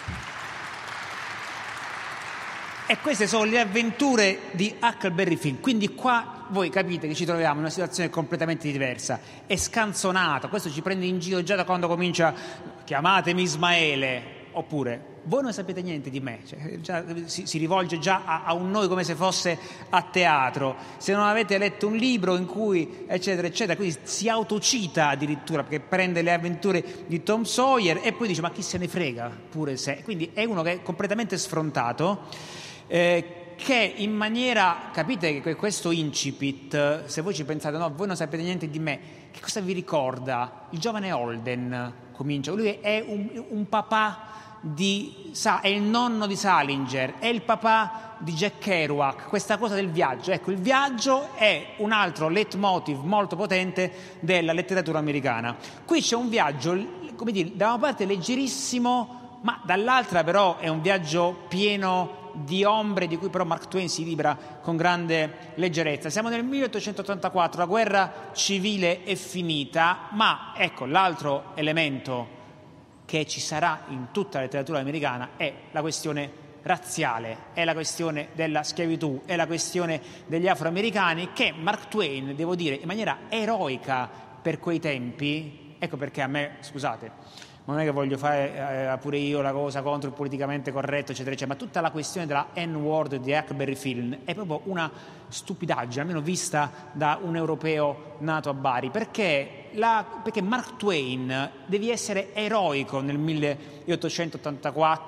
E queste sono le avventure di Huckleberry Finn, quindi qua voi capite che ci troviamo in una situazione completamente diversa, è scanzonato, questo ci prende in giro già da quando comincia chiamatemi Ismaele, oppure voi non sapete niente di me, cioè, già, si, si rivolge già a, a un noi come se fosse a teatro, se non avete letto un libro in cui eccetera eccetera, quindi si autocita addirittura perché prende le avventure di Tom Sawyer e poi dice ma chi se ne frega pure se, quindi è uno che è completamente sfrontato. Eh, che in maniera, capite che questo incipit, se voi ci pensate no, voi non sapete niente di me, che cosa vi ricorda? Il giovane Holden comincia, lui è un, un papà di, sa, è il nonno di Salinger, è il papà di Jack Kerouac, questa cosa del viaggio, ecco, il viaggio è un altro leitmotiv molto potente della letteratura americana. Qui c'è un viaggio, come dire, da una parte leggerissimo, ma dall'altra però è un viaggio pieno di ombre di cui però Mark Twain si libera con grande leggerezza. Siamo nel milleottocentottantaquattro, la guerra civile è finita, ma ecco l'altro elemento che ci sarà in tutta la letteratura americana è la questione razziale, è la questione della schiavitù, è la questione degli afroamericani che Mark Twain, devo dire, in maniera eroica per quei tempi, ecco perché a me, scusate, non è che voglio fare eh, pure io la cosa contro il politicamente corretto eccetera eccetera, ma tutta la questione della N-word di Huckleberry Finn è proprio una stupidaggine, almeno vista da un europeo nato a Bari, perché, la, perché Mark Twain devi essere eroico nel milleottocentottantaquattro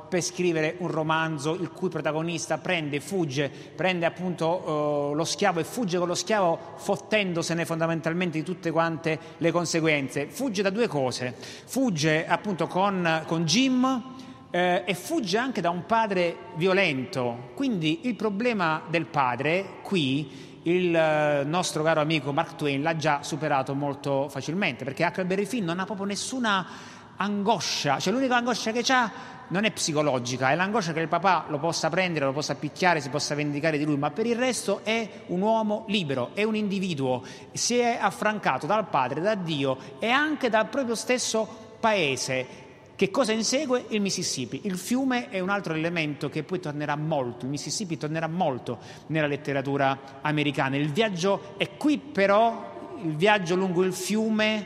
per scrivere un romanzo il cui protagonista prende, fugge, prende appunto uh, lo schiavo e fugge con lo schiavo fottendosene fondamentalmente di tutte quante le conseguenze. Fugge da due cose, fugge appunto con, con Jim eh, e fugge anche da un padre violento. Quindi il problema del padre qui il nostro caro amico Mark Twain l'ha già superato molto facilmente, perché Huckleberry Finn non ha proprio nessuna angoscia, cioè l'unica angoscia che ha non è psicologica, è l'angoscia che il papà lo possa prendere, lo possa picchiare, si possa vendicare di lui, ma per il resto è un uomo libero, è un individuo, si è affrancato dal padre, da Dio e anche dal proprio stesso paese. Che cosa insegue? Il Mississippi. Il fiume è un altro elemento che poi tornerà molto, il Mississippi tornerà molto nella letteratura americana. Il viaggio è qui, però il viaggio lungo il fiume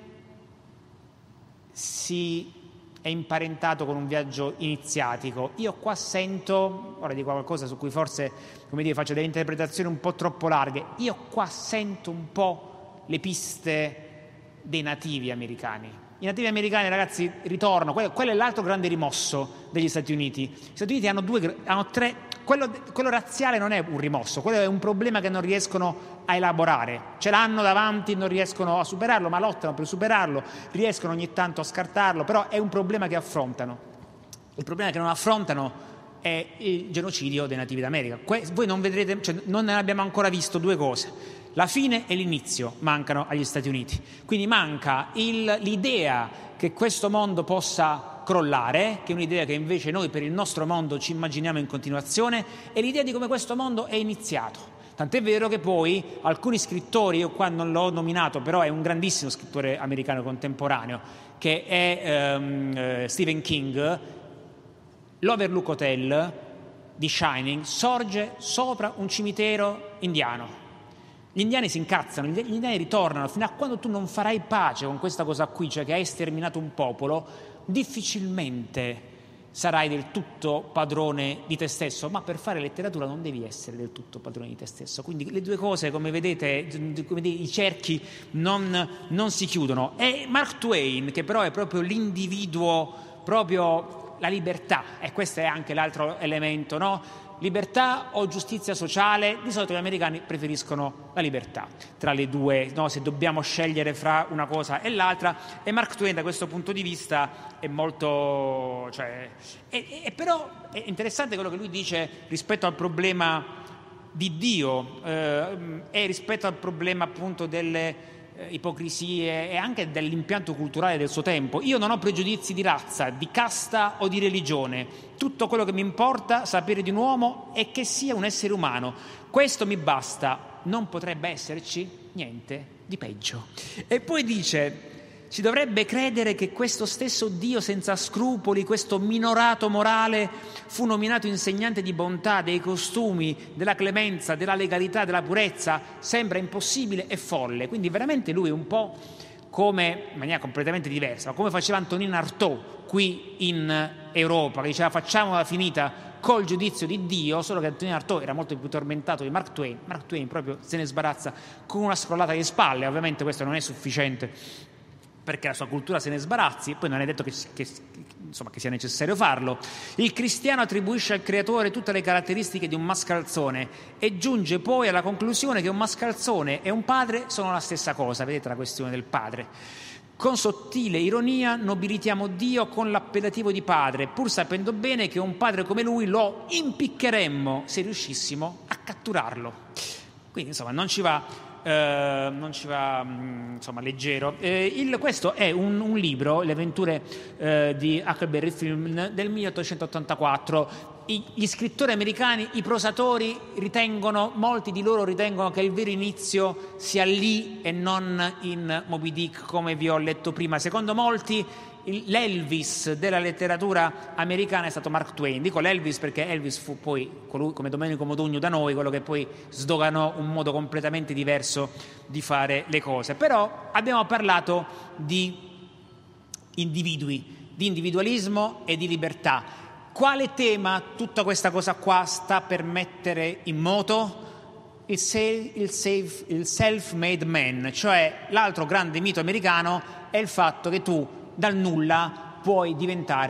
si è imparentato con un viaggio iniziatico. Io qua sento, ora dico qualcosa su cui forse, come dire, faccio delle interpretazioni un po' troppo larghe, io qua sento un po' le piste dei nativi americani. I nativi americani, ragazzi, ritornano, quello, quello è l'altro grande rimosso degli Stati Uniti. Gli Stati Uniti hanno due, hanno tre, quello, quello razziale non è un rimosso, quello è un problema che non riescono a elaborare, ce l'hanno davanti, non riescono a superarlo, ma lottano per superarlo, riescono ogni tanto a scartarlo, però è un problema che affrontano. Il problema che non affrontano è il genocidio dei nativi d'America. Que- voi non vedrete, cioè, non ne abbiamo ancora visto due cose. La fine e l'inizio mancano agli Stati Uniti, quindi manca il, l'idea che questo mondo possa crollare, che è un'idea che invece noi per il nostro mondo ci immaginiamo in continuazione, e l'idea di come questo mondo è iniziato. Tant'è vero che poi alcuni scrittori, io qua non l'ho nominato, però è un grandissimo scrittore americano contemporaneo, che è um, Stephen King, l'Overlook Hotel di Shining sorge sopra un cimitero indiano. Gli indiani si incazzano, gli indiani ritornano, fino a quando tu non farai pace con questa cosa qui, cioè che hai sterminato un popolo, difficilmente sarai del tutto padrone di te stesso, ma per fare letteratura non devi essere del tutto padrone di te stesso. Quindi le due cose, come vedete, come dite, i cerchi non, non si chiudono. E Mark Twain, che però è proprio l'individuo, proprio la libertà, e questo è anche l'altro elemento, no? Libertà o giustizia sociale? Di solito gli americani preferiscono la libertà tra le due, no? Se dobbiamo scegliere fra una cosa e l'altra, e Mark Twain da questo punto di vista è molto, cioè, è, è, però è interessante quello che lui dice rispetto al problema di Dio eh, e rispetto al problema appunto delle ipocrisie e anche dell'impianto culturale del suo tempo. Io non ho pregiudizi di razza, di casta o di religione. Tutto quello che mi importa sapere di un uomo è che sia un essere umano. Questo mi basta. Non potrebbe esserci niente di peggio. E poi dice: si dovrebbe credere che questo stesso Dio senza scrupoli, questo minorato morale, fu nominato insegnante di bontà, dei costumi, della clemenza, della legalità, della purezza. Sembra impossibile e folle. Quindi veramente lui è un po' come, in maniera completamente diversa, ma come faceva Antonin Artaud qui in Europa, che diceva facciamola finita col giudizio di Dio, solo che Antonin Artaud era molto più tormentato di Mark Twain. Mark Twain proprio se ne sbarazza con una scrollata di spalle. Ovviamente questo non è sufficiente perché la sua cultura se ne sbarazzi, poi non è detto che, che, insomma, che sia necessario farlo. Il cristiano attribuisce al creatore tutte le caratteristiche di un mascalzone e giunge poi alla conclusione che un mascalzone e un padre sono la stessa cosa. Vedete la questione del padre. Con sottile ironia nobilitiamo Dio con l'appellativo di padre, pur sapendo bene che un padre come lui lo impiccheremmo se riuscissimo a catturarlo. Quindi insomma non ci va... Uh, non ci va mh, insomma leggero. Eh, il, questo è un, un libro, Le avventure uh, di Huckleberry Finn del milleottocentottantaquattro. I, gli scrittori americani, i prosatori ritengono, molti di loro ritengono che il vero inizio sia lì e non in Moby Dick, come vi ho letto prima. Secondo molti l'Elvis della letteratura americana è stato Mark Twain. Dico l'Elvis perché Elvis fu poi colui, come Domenico Modugno da noi, quello che poi sdoganò un modo completamente diverso di fare le cose. Però abbiamo parlato di individui, di individualismo e di libertà. Quale tema tutta questa cosa qua sta per mettere in moto? Il, self, il, self, il self-made man, cioè l'altro grande mito americano è il fatto che tu dal nulla puoi diventare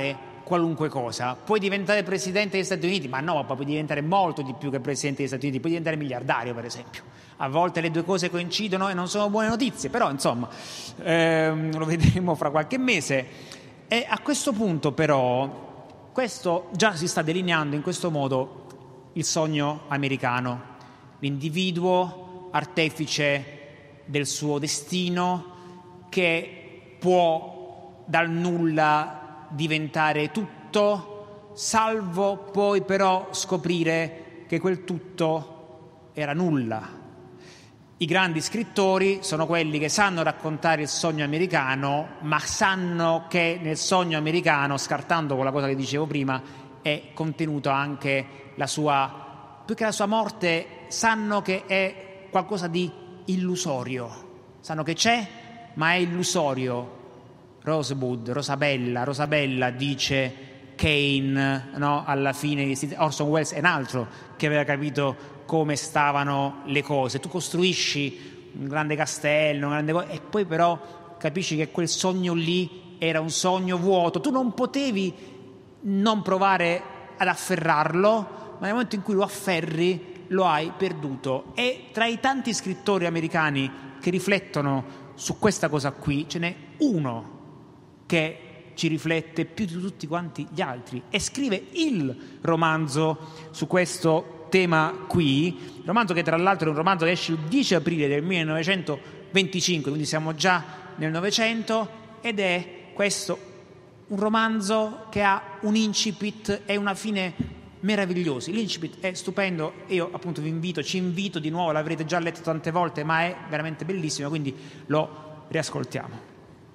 qualunque cosa. Puoi diventare presidente degli Stati Uniti, ma no, ma puoi diventare molto di più che presidente degli Stati Uniti, puoi diventare miliardario, per esempio. A volte le due cose coincidono e non sono buone notizie, però insomma ehm, lo vedremo fra qualche mese. E a questo punto però questo già si sta delineando in questo modo il sogno americano, l'individuo artefice del suo destino che può dal nulla diventare tutto, salvo poi però scoprire che quel tutto era nulla. I grandi scrittori sono quelli che sanno raccontare il sogno americano, ma sanno che nel sogno americano, scartando quella cosa che dicevo prima, è contenuto anche la sua, più che la sua morte, sanno che è qualcosa di illusorio, sanno che c'è, ma è illusorio. Rosebud, Rosabella, Rosabella dice Kane, no? Alla fine di Orson Welles è un altro che aveva capito come stavano le cose. Tu costruisci un grande castello, una grande co- e poi però capisci che quel sogno lì era un sogno vuoto. Tu non potevi non provare ad afferrarlo, ma nel momento in cui lo afferri lo hai perduto. E tra i tanti scrittori americani che riflettono su questa cosa qui ce n'è uno che ci riflette più di tutti quanti gli altri e scrive il romanzo su questo tema qui, romanzo che tra l'altro è un romanzo che esce il dieci aprile del millenovecentoventicinque, quindi siamo già nel Novecento, ed è questo un romanzo che ha un incipit e una fine meravigliosi. L'incipit è stupendo, io appunto vi invito, ci invito di nuovo, l'avrete già letto tante volte, ma è veramente bellissimo, quindi lo riascoltiamo.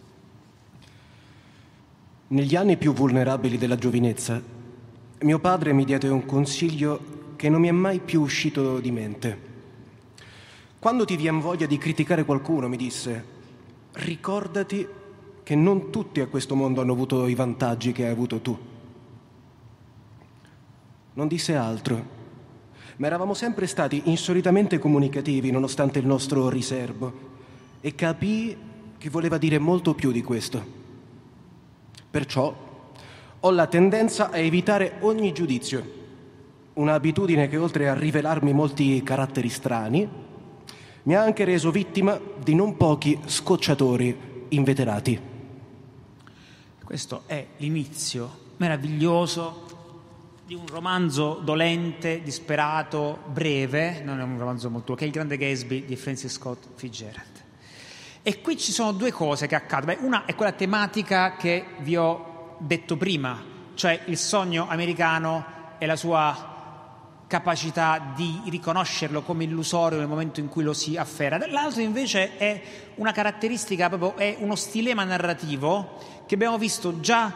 Negli anni più vulnerabili della giovinezza, mio padre mi diede un consiglio che non mi è mai più uscito di mente. Quando ti viene voglia di criticare qualcuno, mi disse, ricordati che non tutti a questo mondo hanno avuto i vantaggi che hai avuto tu. Non disse altro, ma eravamo sempre stati insolitamente comunicativi nonostante il nostro riservo, e capii che voleva dire molto più di questo. Perciò ho la tendenza a evitare ogni giudizio, un'abitudine che oltre a rivelarmi molti caratteri strani mi ha anche reso vittima di non pochi scocciatori inveterati. Questo è l'inizio meraviglioso di un romanzo dolente, disperato, breve, non è un romanzo molto, che è Il grande Gatsby di Francis Scott Fitzgerald. E qui ci sono due cose che accadono. Beh, una è quella tematica che vi ho detto prima, cioè il sogno americano e la sua capacità di riconoscerlo come illusorio nel momento in cui lo si afferra. L'altro invece è una caratteristica, proprio è uno stilema narrativo che abbiamo visto già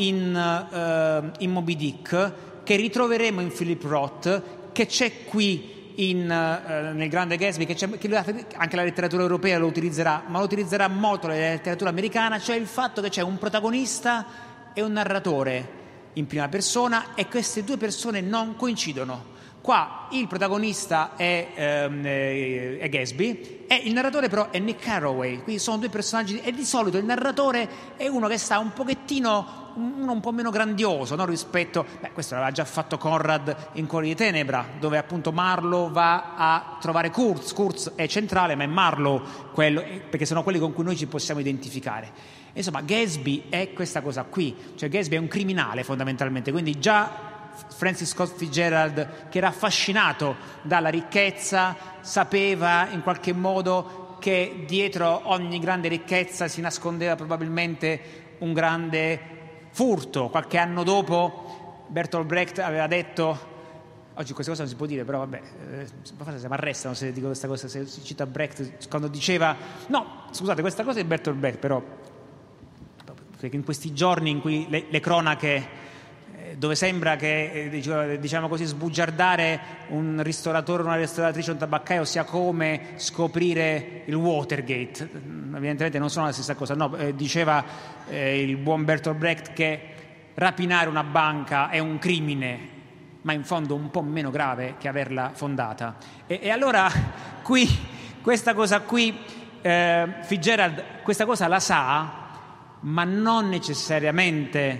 in, uh, in Moby Dick, che ritroveremo in Philip Roth, che c'è qui in, uh, nel grande Gatsby, che, c'è, che anche la letteratura europea lo utilizzerà, ma lo utilizzerà molto la letteratura americana, cioè il fatto che c'è un protagonista e un narratore in prima persona e queste due persone non coincidono. Qua il protagonista è, ehm, è Gatsby e il narratore però è Nick Carraway, quindi sono due personaggi e di solito il narratore è uno che sta un pochettino, uno un po' meno grandioso, no? Rispetto, beh, questo l'aveva già fatto Conrad in Cuori di Tenebra, dove appunto Marlowe va a trovare Kurtz. Kurtz è centrale, ma è Marlowe quello, perché sono quelli con cui noi ci possiamo identificare. Insomma, Gatsby è questa cosa qui, cioè Gatsby è un criminale fondamentalmente, quindi già Francis Scott Fitzgerald, che era affascinato dalla ricchezza, sapeva in qualche modo che dietro ogni grande ricchezza si nascondeva probabilmente un grande furto. Qualche anno dopo Bertolt Brecht aveva detto, oggi questa cosa non si può dire, però vabbè, eh, se mi arrestano se dico questa cosa, se si cita Brecht, quando diceva, no, scusate, questa cosa è Bertolt Brecht, però perché in questi giorni in cui le, le cronache, dove sembra che, diciamo così, sbugiardare un ristoratore, una ristoratrice, un tabaccaio sia come scoprire il Watergate, evidentemente non sono la stessa cosa, no, eh, diceva eh, il buon Bertolt Brecht che rapinare una banca è un crimine, ma in fondo un po' meno grave che averla fondata. E, e allora qui, questa cosa qui, eh, Fitzgerald questa cosa la sa, ma non necessariamente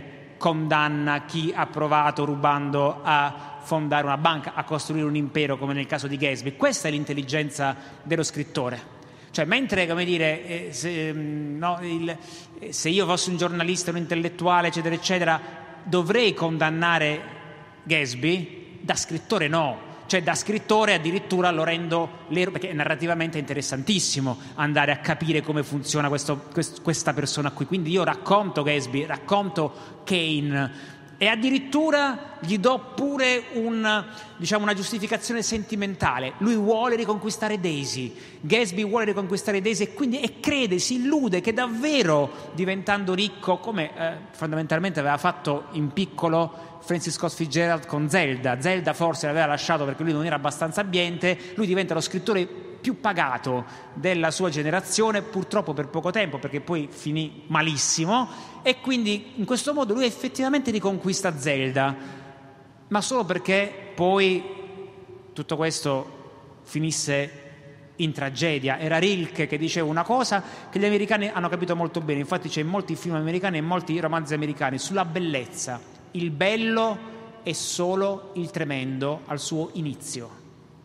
condanna chi ha provato rubando a fondare una banca, a costruire un impero come nel caso di Gatsby. Questa è l'intelligenza dello scrittore. Cioè, mentre, come dire, eh, se, no, il, eh, se io fossi un giornalista, un intellettuale, eccetera, eccetera, dovrei condannare Gatsby, da scrittore no. Cioè, da scrittore addirittura lo rendo, perché narrativamente è interessantissimo andare a capire come funziona questo, quest, questa persona qui. Quindi io racconto Gatsby, racconto Kane, e addirittura gli do pure un, diciamo, una giustificazione sentimentale. Lui vuole riconquistare Daisy, Gatsby vuole riconquistare Daisy e quindi e crede, si illude che davvero diventando ricco, come eh, fondamentalmente aveva fatto in piccolo Francis Scott Fitzgerald con Zelda. Zelda forse l'aveva lasciato perché lui non era abbastanza abbiente, lui diventa lo scrittore più pagato della sua generazione, purtroppo per poco tempo, perché poi finì malissimo, e quindi in questo modo lui effettivamente riconquista Zelda, ma solo perché poi tutto questo finisse in tragedia. Era Rilke che diceva una cosa che gli americani hanno capito molto bene, infatti c'è in molti film americani e in molti romanzi americani sulla bellezza: il bello è solo il tremendo al suo inizio.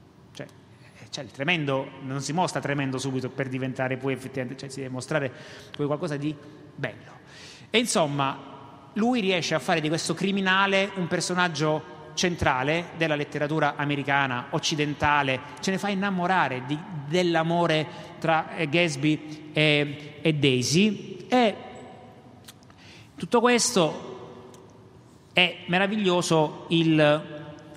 Cioè, il tremendo non si mostra tremendo subito per diventare poi effettivamente, cioè si deve mostrare poi qualcosa di bello. E insomma, lui riesce a fare di questo criminale un personaggio centrale della letteratura americana, occidentale, ce ne fa innamorare di, dell'amore tra Gatsby e, e Daisy, e tutto questo è meraviglioso. Il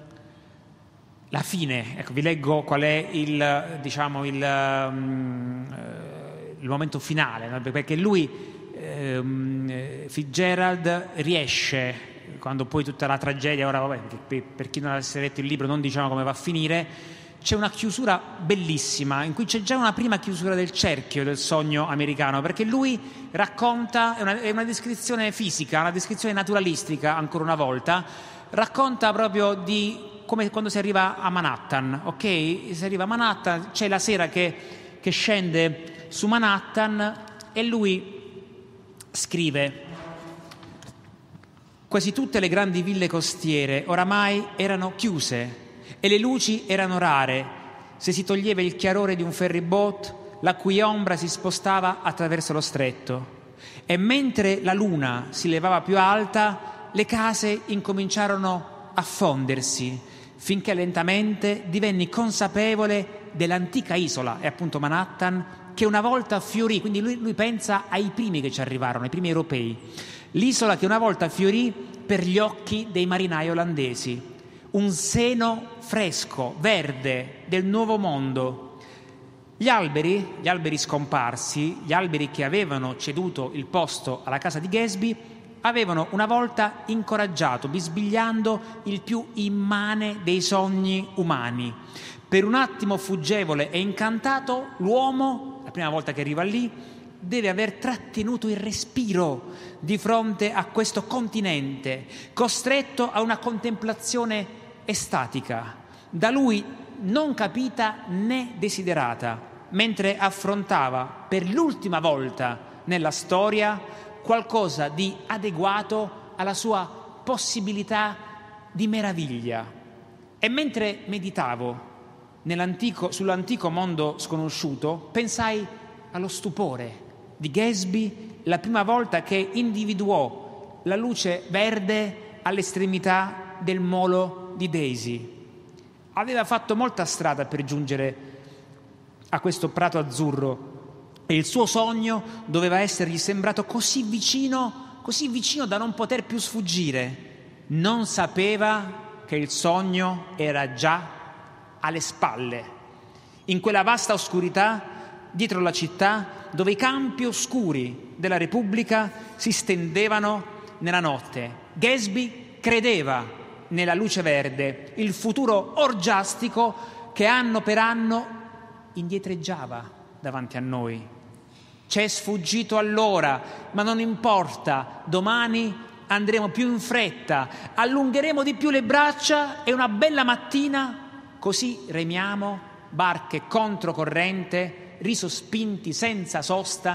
La fine, ecco, vi leggo qual è il, diciamo, il, um, il momento finale, no? Perché lui, um, Fitzgerald, riesce, quando poi tutta la tragedia, ora vabbè, per, per chi non avesse letto il libro non diciamo come va a finire, c'è una chiusura bellissima, in cui c'è già una prima chiusura del cerchio del sogno americano, perché lui racconta, è una, è una descrizione fisica, una descrizione naturalistica, ancora una volta, racconta proprio di come quando si arriva a Manhattan, ok? Si arriva a Manhattan, c'è la sera che, che scende su Manhattan e lui scrive: quasi tutte le grandi ville costiere oramai erano chiuse e le luci erano rare. Se si toglieva il chiarore di un ferryboat, la cui ombra si spostava attraverso lo stretto, e mentre la luna si levava più alta, le case incominciarono a fondersi, finché lentamente divenni consapevole dell'antica isola, è appunto Manhattan, che una volta fiorì. Quindi lui, lui pensa ai primi che ci arrivarono, ai primi europei. L'isola che una volta fiorì per gli occhi dei marinai olandesi, un seno fresco, verde, del nuovo mondo. Gli alberi, gli alberi scomparsi, gli alberi che avevano ceduto il posto alla casa di Gatsby, avevano una volta incoraggiato, bisbigliando il più immane dei sogni umani. Per un attimo fuggevole e incantato, l'uomo, la prima volta che arriva lì, deve aver trattenuto il respiro di fronte a questo continente, costretto a una contemplazione estatica, da lui non capita né desiderata, mentre affrontava per l'ultima volta nella storia qualcosa di adeguato alla sua possibilità di meraviglia. E mentre meditavo nell'antico, sull'antico mondo sconosciuto, pensai allo stupore di Gatsby la prima volta che individuò la luce verde all'estremità del molo di Daisy. Aveva fatto molta strada per giungere a questo prato azzurro, e il suo sogno doveva essergli sembrato così vicino, così vicino da non poter più sfuggire. Non sapeva che il sogno era già alle spalle, in quella vasta oscurità dietro la città, dove i campi oscuri della Repubblica si stendevano nella notte. Gatsby credeva nella luce verde, il futuro orgiastico che anno per anno indietreggiava davanti a noi. C'è sfuggito allora, ma non importa, domani andremo più in fretta, allungheremo di più le braccia e una bella mattina così remiamo barche controcorrente, risospinti senza sosta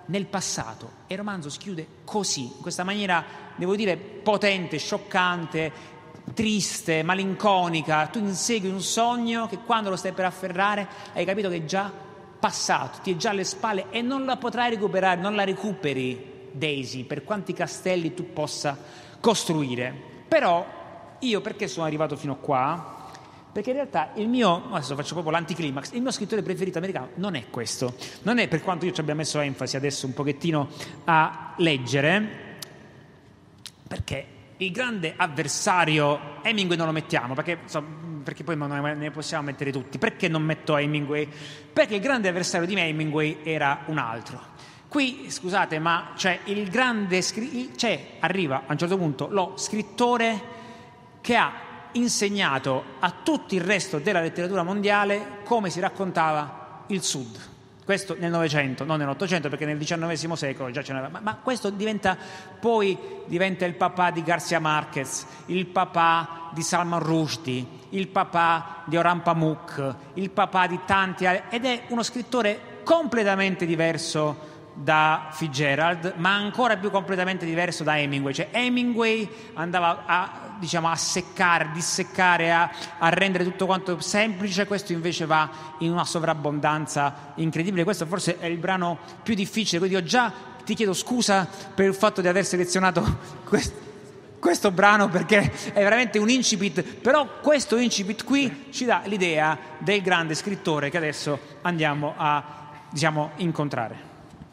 nel passato. E il romanzo si chiude così, in questa maniera, devo dire, potente, scioccante, triste, malinconica. Tu insegui un sogno che quando lo stai per afferrare hai capito che è già passato, ti è già alle spalle e non la potrai recuperare, non la recuperi, Daisy, per quanti castelli tu possa costruire. Però io perché sono arrivato fino a qua? Perché in realtà il mio, adesso faccio proprio l'anticlimax, il mio scrittore preferito americano non è questo, non è, per quanto io ci abbia messo enfasi adesso un pochettino a leggere, perché il grande avversario, Hemingway non lo mettiamo, perché, insomma, perché poi non ne possiamo mettere tutti. Perché non metto Hemingway? Perché il grande avversario di Hemingway era un altro. Qui, scusate, ma c'è il grande, c'è, arriva a un certo punto lo scrittore che ha insegnato a tutto il resto della letteratura mondiale come si raccontava il Sud. Questo nel Novecento, non nell'Ottocento, perché nel diciannovesimo secolo già ce n'era. Ma, ma questo diventa, poi diventa il papà di Garcia Marquez, il papà di Salman Rushdie, il papà di Orhan Pamuk, il papà di tanti altri, ed è uno scrittore completamente diverso da Fitzgerald, ma ancora più completamente diverso da Hemingway. Cioè Hemingway andava a, diciamo, a seccare, disseccare, a, a rendere tutto quanto semplice, questo invece va in una sovrabbondanza incredibile. Questo forse è il brano più difficile, quindi io già ti chiedo scusa per il fatto di aver selezionato questo, questo brano, perché è veramente un incipit, però questo incipit qui ci dà l'idea del grande scrittore che adesso andiamo a, diciamo, incontrare.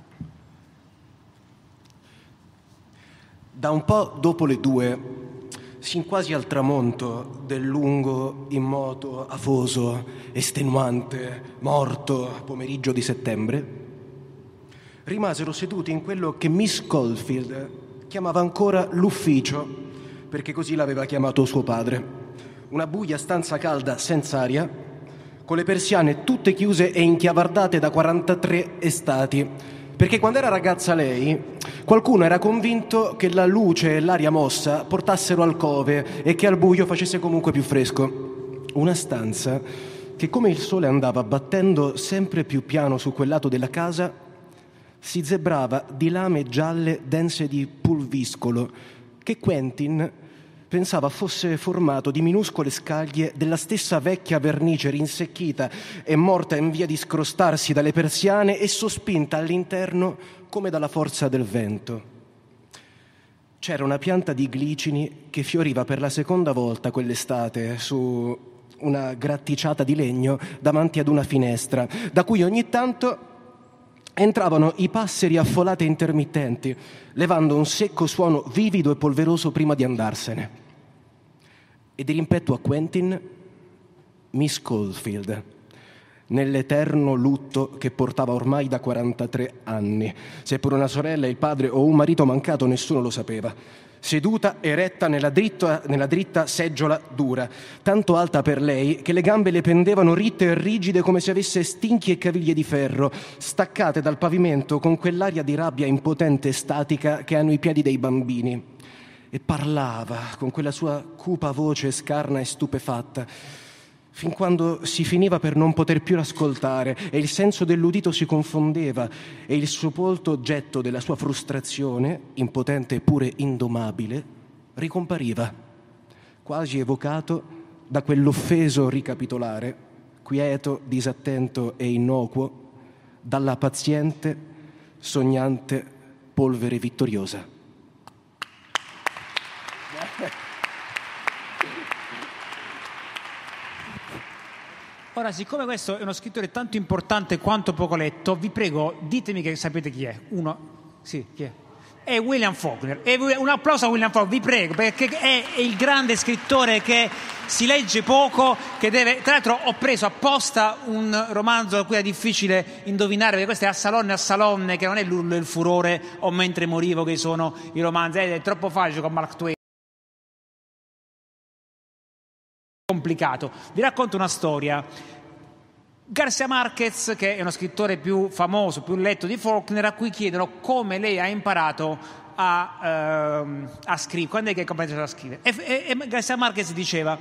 Da un po' dopo le due, sin quasi al tramonto del lungo, immoto, afoso, estenuante, morto pomeriggio di settembre, rimasero seduti in quello che Miss Caulfield chiamava ancora l'ufficio, perché così l'aveva chiamato suo padre. Una buia stanza calda senza aria, con le persiane tutte chiuse e inchiavardate da quarantatré estati, perché quando era ragazza lei, qualcuno era convinto che la luce e l'aria mossa portassero al cove e che al buio facesse comunque più fresco. Una stanza che, come il sole andava battendo sempre più piano su quel lato della casa, si zebrava di lame gialle dense di pulviscolo che Quentin pensava fosse formato di minuscole scaglie della stessa vecchia vernice rinsecchita e morta in via di scrostarsi dalle persiane e sospinta all'interno come dalla forza del vento. C'era una pianta di glicini che fioriva per la seconda volta quell'estate su una gratticiata di legno davanti ad una finestra, da cui ogni tanto entravano i passeri a folate intermittenti, levando un secco suono vivido e polveroso prima di andarsene. E di rimpetto a Quentin, Miss Caulfield, nell'eterno lutto che portava ormai da quarantatré anni. Se per una sorella, il padre o un marito mancato nessuno lo sapeva. Seduta eretta nella dritta, nella dritta seggiola dura, tanto alta per lei che le gambe le pendevano ritte e rigide come se avesse stinchi e caviglie di ferro, staccate dal pavimento con quell'aria di rabbia impotente e statica che hanno i piedi dei bambini. E parlava con quella sua cupa voce scarna e stupefatta, fin quando si finiva per non poter più ascoltare e il senso dell'udito si confondeva e il sepolto oggetto della sua frustrazione, impotente eppure indomabile, ricompariva, quasi evocato da quell'offeso ricapitolare, quieto, disattento e innocuo, dalla paziente, sognante polvere vittoriosa. Ora, siccome questo è uno scrittore tanto importante quanto poco letto, vi prego, ditemi che sapete chi è. Uno, sì, chi è? È William Faulkner. È un applauso a William Faulkner, vi prego, perché è il grande scrittore che si legge poco, che deve... Tra l'altro ho preso apposta un romanzo a cui è difficile indovinare, perché questo è A Salonne, a Salonne, che non è l'Urlo del furore o Mentre morivo, che sono i romanzi, è troppo facile con Mark Twain. Complicato. Vi racconto una storia. Garcia Marquez, che è uno scrittore più famoso, più letto di Faulkner, a cui chiedono come lei ha imparato a, ehm, a scrivere, quando è che è cominciato a scrivere. E, e, e Garcia Marquez diceva: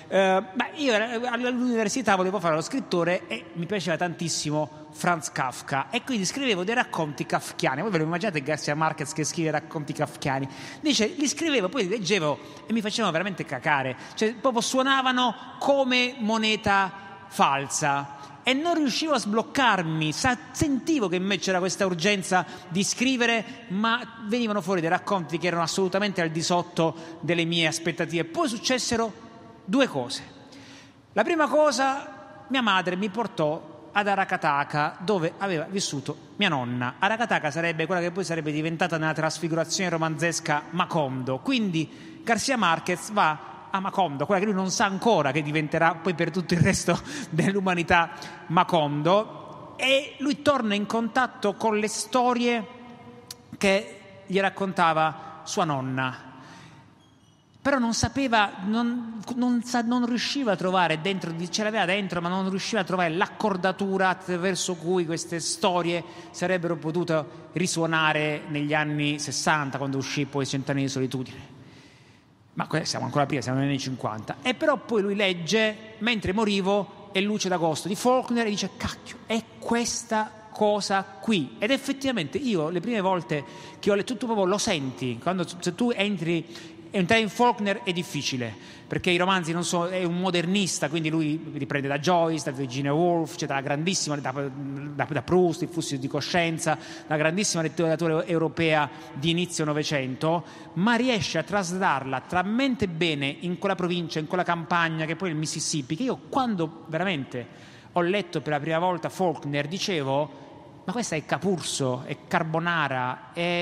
Eh, beh, io all'università volevo fare lo scrittore e mi piaceva tantissimo Franz Kafka e quindi scrivevo dei racconti kafkiani. Voi ve lo immaginate Garcia Marquez che scrive racconti kafkiani? Dice, li scrivevo, poi li leggevo e mi facevano veramente cacare, cioè proprio suonavano come moneta falsa e non riuscivo a sbloccarmi. Sentivo che in me c'era questa urgenza di scrivere, ma venivano fuori dei racconti che erano assolutamente al di sotto delle mie aspettative. Poi successero due cose. La prima cosa, mia madre mi portò ad Arakataka, dove aveva vissuto mia nonna. Arakataka sarebbe quella che poi sarebbe diventata nella trasfigurazione romanzesca Macondo. Quindi Garcia Marquez va a Macondo, quella che lui non sa ancora che diventerà poi per tutto il resto dell'umanità Macondo, e lui torna in contatto con le storie che gli raccontava sua nonna. Però non sapeva, non, non, non riusciva a trovare dentro, ce l'aveva dentro, ma non riusciva a trovare l'accordatura attraverso cui queste storie sarebbero potute risuonare negli anni sessanta, quando uscì poi Cent'anni di solitudine. Ma siamo ancora prima, siamo negli anni cinquanta. E però poi lui legge Mentre morivo e Luce d'agosto di Faulkner e dice, cacchio, è questa cosa qui. Ed effettivamente io le prime volte che ho letto, tu proprio lo senti, quando se tu entri. Entrare in Faulkner è difficile perché i romanzi non sono, è un modernista, quindi lui riprende da Joyce, da Virginia Woolf, cioè dalla grandissima, da, da, da Proust, il flusso di coscienza, la grandissima letteratura europea di inizio Novecento, ma riesce a trasladarla talmente bene in quella provincia, in quella campagna che poi è il Mississippi, che io quando veramente ho letto per la prima volta Faulkner dicevo, ma questa è Capurso, è Carbonara, è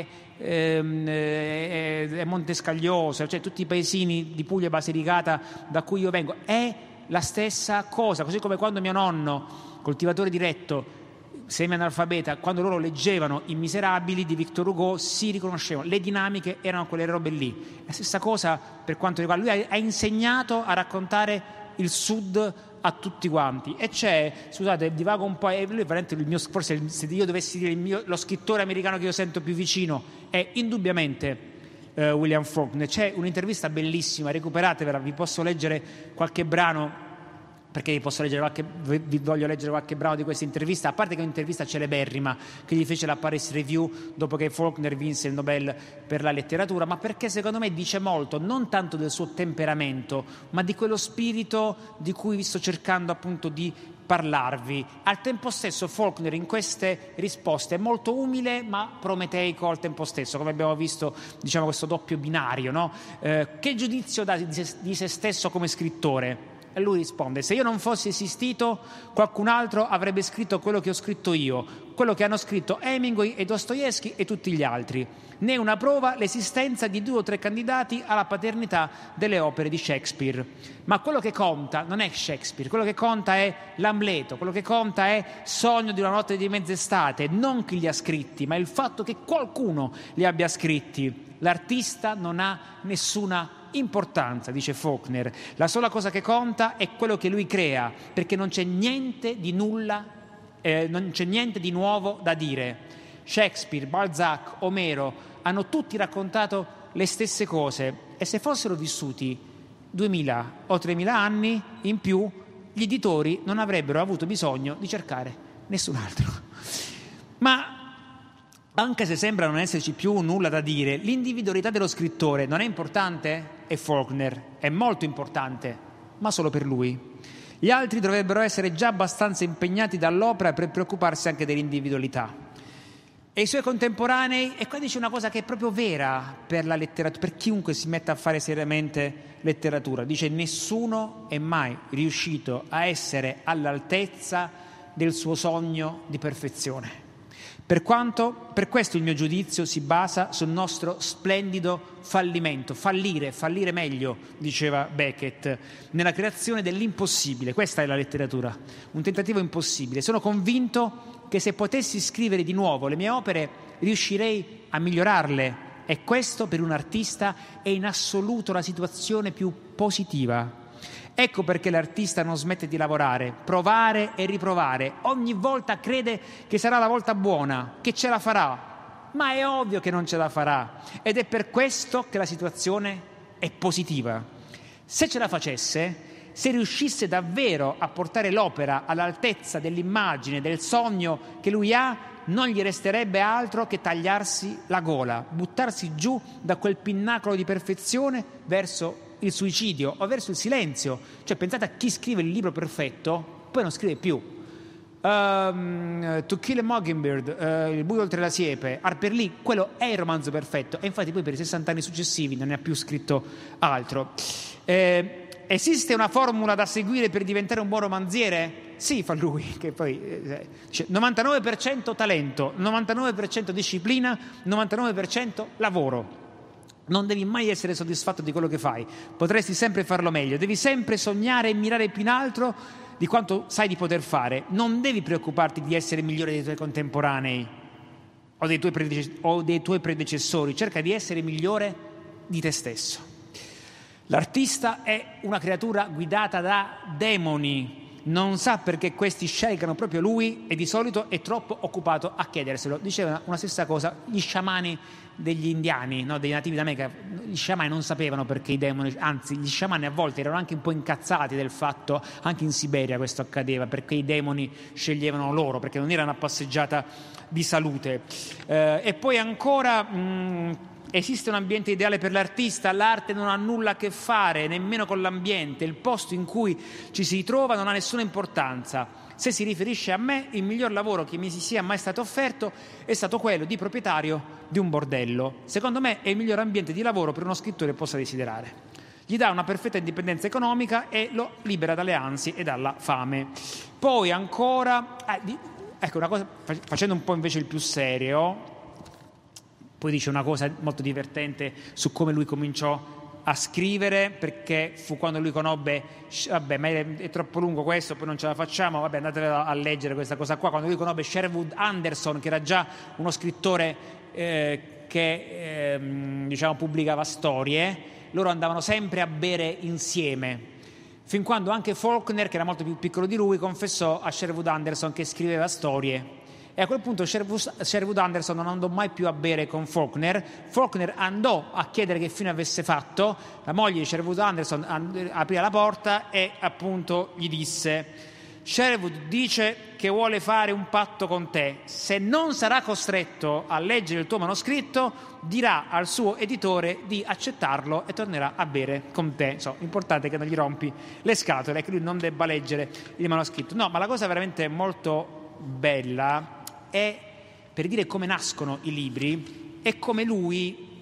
è Montescaglioso, cioè tutti i paesini di Puglia e Basilicata da cui io vengo, è la stessa cosa. Così come quando mio nonno, coltivatore diretto, semi-analfabeta, quando loro leggevano I Miserabili di Victor Hugo si riconoscevano, le dinamiche erano quelle robe lì. La stessa cosa per quanto riguarda lui, ha insegnato a raccontare il Sud a tutti quanti. E c'è, scusate, divago un po', e lui è veramente il mio, forse se io dovessi dire il mio, lo scrittore americano che io sento più vicino è indubbiamente uh, William Faulkner. C'è un'intervista bellissima, recuperatevela, vi posso leggere qualche brano, perché vi posso leggere qualche, vi voglio leggere qualche brano di questa intervista, a parte che è un'intervista celeberrima che gli fece la Paris Review dopo che Faulkner vinse il Nobel per la letteratura, ma perché secondo me dice molto, non tanto del suo temperamento, ma di quello spirito di cui vi sto cercando appunto di parlarvi. Al tempo stesso Faulkner in queste risposte è molto umile ma prometeico al tempo stesso, come abbiamo visto, diciamo, questo doppio binario, no? Eh, che giudizio dà di se, di se stesso come scrittore? E lui risponde: se io non fossi esistito, qualcun altro avrebbe scritto quello che ho scritto io, quello che hanno scritto Hemingway e Dostoevsky e tutti gli altri. Ne è una prova l'esistenza di due o tre candidati alla paternità delle opere di Shakespeare. Ma quello che conta non è Shakespeare, quello che conta è l'Amleto, quello che conta è Sogno di una notte di mezz'estate, non chi li ha scritti, ma il fatto che qualcuno li abbia scritti. L'artista non ha nessuna importanza, dice Faulkner, la sola cosa che conta è quello che lui crea, perché non c'è niente di nulla, eh, non c'è niente di nuovo da dire. Shakespeare, Balzac, Omero hanno tutti raccontato le stesse cose e se fossero vissuti duemila o tremila anni in più, gli editori non avrebbero avuto bisogno di cercare nessun altro. Ma anche se sembra non esserci più nulla da dire, l'individualità dello scrittore non è importante? E Faulkner è molto importante, ma solo per lui. Gli altri dovrebbero essere già abbastanza impegnati dall'opera per preoccuparsi anche dell'individualità. E i suoi contemporanei, e qua dice una cosa che è proprio vera per la letteratura, per chiunque si metta a fare seriamente letteratura, dice: nessuno è mai riuscito a essere all'altezza del suo sogno di perfezione. Per quanto, per questo il mio giudizio si basa sul nostro splendido fallimento, fallire, fallire meglio, diceva Beckett, nella creazione dell'impossibile. Questa è la letteratura, un tentativo impossibile. Sono convinto che se potessi scrivere di nuovo le mie opere riuscirei a migliorarle, e questo per un artista è in assoluto la situazione più positiva. Ecco perché l'artista non smette di lavorare, provare e riprovare. Ogni volta crede che sarà la volta buona, che ce la farà, ma è ovvio che non ce la farà. Ed è per questo che la situazione è positiva. Se ce la facesse, se riuscisse davvero a portare l'opera all'altezza dell'immagine, del sogno che lui ha, non gli resterebbe altro che tagliarsi la gola, buttarsi giù da quel pinnacolo di perfezione verso il suicidio o verso il silenzio. Cioè, pensate a chi scrive il libro perfetto, poi non scrive più. Um, To Kill a Mockingbird, uh, Il buio oltre la siepe, Harper Lee, quello è il romanzo perfetto, e infatti poi per i sessanta anni successivi non ne ha più scritto altro. Eh, esiste una formula da seguire per diventare un buon romanziere? Sì, fa lui, che poi eh, dice novantanove per cento talento, novantanove per cento disciplina, novantanove per cento lavoro. Non devi mai essere soddisfatto di quello che fai, potresti sempre farlo meglio, devi sempre sognare e mirare più in alto di quanto sai di poter fare. Non devi preoccuparti di essere migliore dei tuoi contemporanei o dei tuoi, predece- o dei tuoi predecessori, cerca di essere migliore di te stesso. L'artista è una creatura guidata da demoni, non sa perché questi scelgano proprio lui e di solito è troppo occupato a chiederselo. Diceva una stessa cosa gli sciamani degli indiani, no? Dei nativi d'America. Gli sciamani non sapevano perché i demoni, anzi gli sciamani a volte erano anche un po' incazzati del fatto, anche in Siberia questo accadeva, perché i demoni sceglievano loro, perché non era una passeggiata di salute. Eh, e poi ancora mh, esiste un ambiente ideale per l'artista? L'arte non ha nulla a che fare nemmeno con l'ambiente, il posto in cui ci si trova non ha nessuna importanza. Se si riferisce a me, il miglior lavoro che mi sia mai stato offerto è stato quello di proprietario di un bordello. Secondo me è il miglior ambiente di lavoro per uno scrittore possa desiderare. Gli dà una perfetta indipendenza economica e lo libera dalle ansie e dalla fame. Poi ancora, eh, di, ecco una cosa, facendo un po' invece il più serio, poi dice una cosa molto divertente su come lui cominciò a scrivere, perché fu quando lui conobbe, vabbè, ma è, è troppo lungo questo, poi non ce la facciamo, vabbè, andate a leggere questa cosa qua, quando lui conobbe Sherwood Anderson, che era già uno scrittore eh, che eh, diciamo pubblicava storie, loro andavano sempre a bere insieme, fin quando anche Faulkner, che era molto più piccolo di lui, confessò a Sherwood Anderson che scriveva storie. E a quel punto Sherwood Anderson non andò mai più a bere con Faulkner. Faulkner andò a chiedere che fine avesse fatto. La moglie di Sherwood Anderson aprì la porta e appunto gli disse: Sherwood dice che vuole fare un patto con te. Se non sarà costretto a leggere il tuo manoscritto, dirà al suo editore di accettarlo e tornerà a bere con te. So, l'importante è che non gli rompi le scatole e che lui non debba leggere il manoscritto. No, ma la cosa veramente molto bella è, per dire come nascono i libri, e come lui,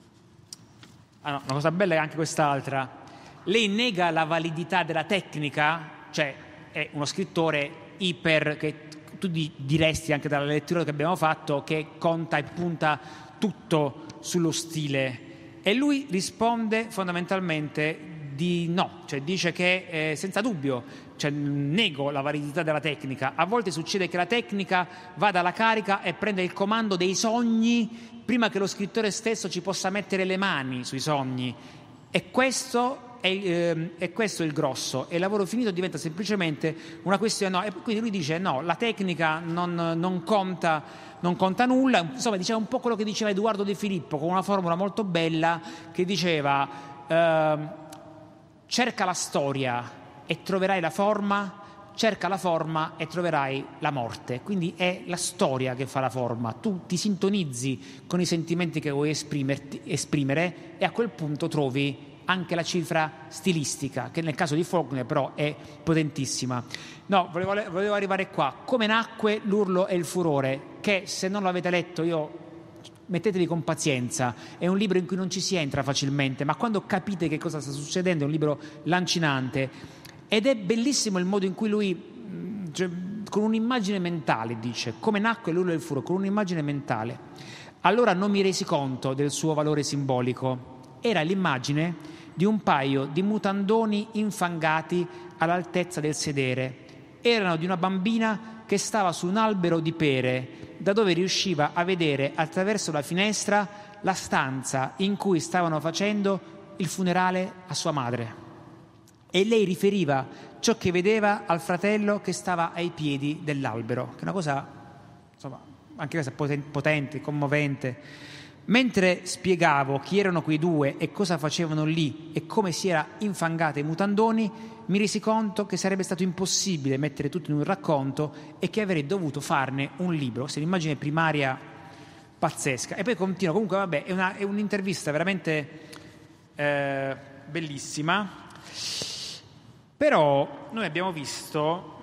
ah no, una cosa bella è anche quest'altra, lei nega la validità della tecnica, cioè è uno scrittore iper, che tu diresti anche dalla lettura che abbiamo fatto, che conta e punta tutto sullo stile, e lui risponde fondamentalmente di no, cioè dice che eh, senza dubbio, cioè, nego la validità della tecnica. A volte succede che la tecnica vada alla carica e prenda il comando dei sogni prima che lo scrittore stesso ci possa mettere le mani sui sogni, e questo è, eh, è questo il grosso, e il lavoro finito diventa semplicemente una questione, no, e quindi lui dice no, la tecnica non, non conta non conta nulla. Insomma, diceva un po' quello che diceva Edoardo De Filippo, con una formula molto bella che diceva eh, cerca la storia e troverai la forma, cerca la forma e troverai la morte. Quindi è la storia che fa la forma, tu ti sintonizzi con i sentimenti che vuoi esprimere e a quel punto trovi anche la cifra stilistica, che nel caso di Faulkner però è potentissima. No, volevo, volevo arrivare qua. Come nacque L'Urlo e il Furore, che se non l'avete letto, io mettetevi con pazienza, è un libro in cui non ci si entra facilmente, ma quando capite che cosa sta succedendo è un libro lancinante. Ed è bellissimo il modo in cui lui, cioè, con un'immagine mentale, dice, come nacque L'Urlo e il Furore, con un'immagine mentale. Allora non mi resi conto del suo valore simbolico. Era l'immagine di un paio di mutandoni infangati all'altezza del sedere. Erano di una bambina che stava su un albero di pere, da dove riusciva a vedere attraverso la finestra la stanza in cui stavano facendo il funerale a sua madre. E lei riferiva ciò che vedeva al fratello che stava ai piedi dell'albero, che è una cosa, insomma, anche questa potente, commovente. Mentre spiegavo chi erano quei due e cosa facevano lì e come si era infangata i mutandoni, mi resi conto che sarebbe stato impossibile mettere tutto in un racconto e che avrei dovuto farne un libro. Questa è un'immagine primaria pazzesca. E poi continua, comunque vabbè, è, una, è un'intervista veramente eh, bellissima. Però noi abbiamo visto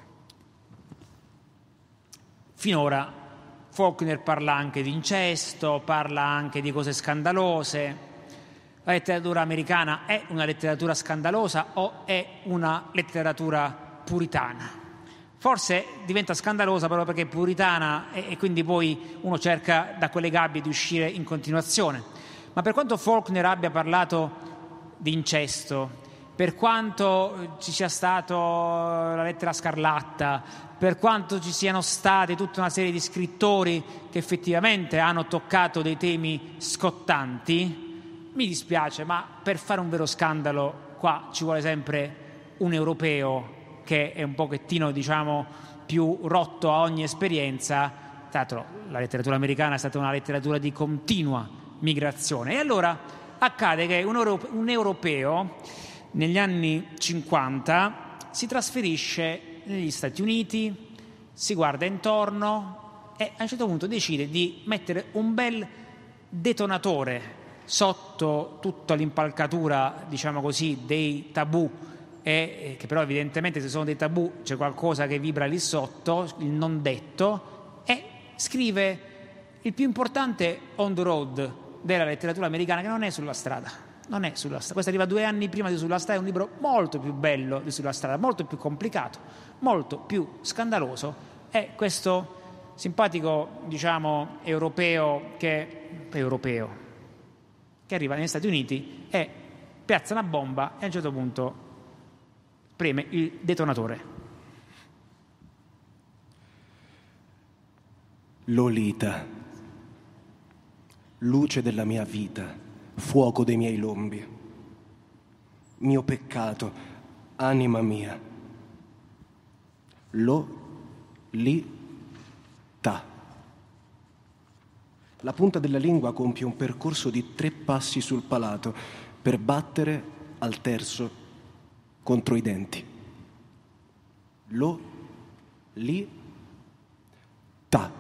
finora, Faulkner parla anche di incesto, parla anche di cose scandalose. La letteratura americana è una letteratura scandalosa o è una letteratura puritana? Forse diventa scandalosa proprio perché è puritana e, e quindi poi uno cerca da quelle gabbie di uscire in continuazione. Ma per quanto Faulkner abbia parlato di incesto, per quanto ci sia stato la lettera scarlatta, per quanto ci siano stati tutta una serie di scrittori che effettivamente hanno toccato dei temi scottanti, mi dispiace, ma per fare un vero scandalo qua ci vuole sempre un europeo che è un pochettino, diciamo, più rotto a ogni esperienza. Tra l'altro la letteratura americana è stata una letteratura di continua migrazione. E allora accade che un, euro, un europeo negli anni cinquanta si trasferisce negli Stati Uniti, si guarda intorno e a un certo punto decide di mettere un bel detonatore sotto tutta l'impalcatura, diciamo così, dei tabù, e che però evidentemente se sono dei tabù c'è qualcosa che vibra lì sotto, il non detto, e scrive il più importante on the road della letteratura americana, che non è sulla strada. Non è sulla strada. Questo arriva due anni prima di Sulla strada, è un libro molto più bello di Sulla strada, molto più complicato, molto più scandaloso. È questo simpatico, diciamo, europeo che europeo che arriva negli Stati Uniti e piazza una bomba e a un certo punto preme il detonatore. Lolita, luce della mia vita, fuoco dei miei lombi, mio peccato, anima mia. Lo-li-ta. La punta della lingua compie un percorso di tre passi sul palato per battere al terzo contro i denti. Lo-li-ta.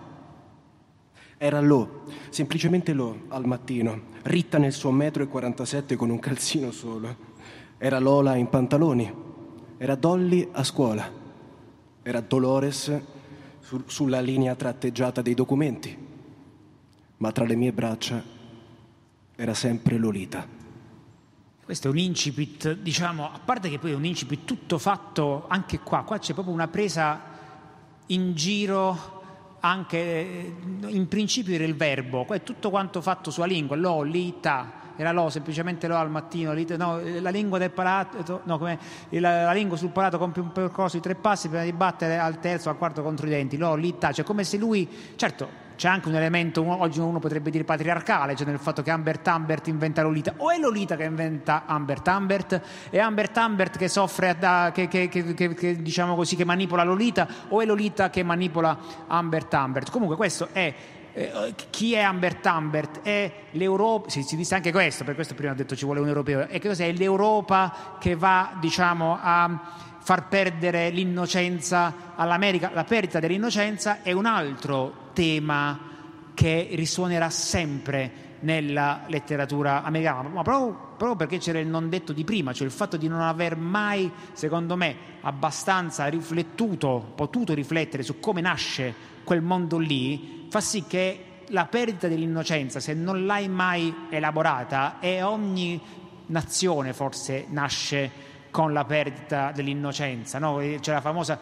Era lo, semplicemente lo, al mattino, ritta nel suo metro e quarantasette con un calzino solo. Era Lola in pantaloni, era Dolly a scuola, era Dolores su, sulla linea tratteggiata dei documenti, ma tra le mie braccia era sempre Lolita. Questo è un incipit, diciamo, a parte che poi è un incipit tutto fatto anche qua, qua c'è proprio una presa in giro. Anche in principio era il verbo, è tutto quanto fatto sulla lingua, lo, li, ta, era lo, semplicemente lo al mattino, li, no, la lingua del palato, no, come, la, la lingua sul palato compie un percorso di tre passi prima di battere al terzo, al quarto contro i denti, lo, li, ta, cioè come se lui, certo c'è anche un elemento, oggi uno potrebbe dire patriarcale, cioè nel fatto che Humbert Humbert inventa Lolita, o è Lolita che inventa Humbert Humbert, è Humbert Humbert che soffre, da, che, che, che, che, che diciamo così, che manipola Lolita, o è Lolita che manipola Humbert Humbert. Comunque questo è, eh, chi è Humbert Humbert? È l'Europa, si, si dice anche questo, per questo prima ho detto ci vuole un europeo, e che cos'è? È l'Europa che va, diciamo, a far perdere l'innocenza all'America. La perdita dell'innocenza è un altro tema che risuonerà sempre nella letteratura americana, ma proprio, proprio perché c'era il non detto di prima, cioè il fatto di non aver mai, secondo me, abbastanza riflettuto, potuto riflettere su come nasce quel mondo lì, fa sì che la perdita dell'innocenza, se non l'hai mai elaborata, e ogni nazione forse nasce con la perdita dell'innocenza, no? C'è la famosa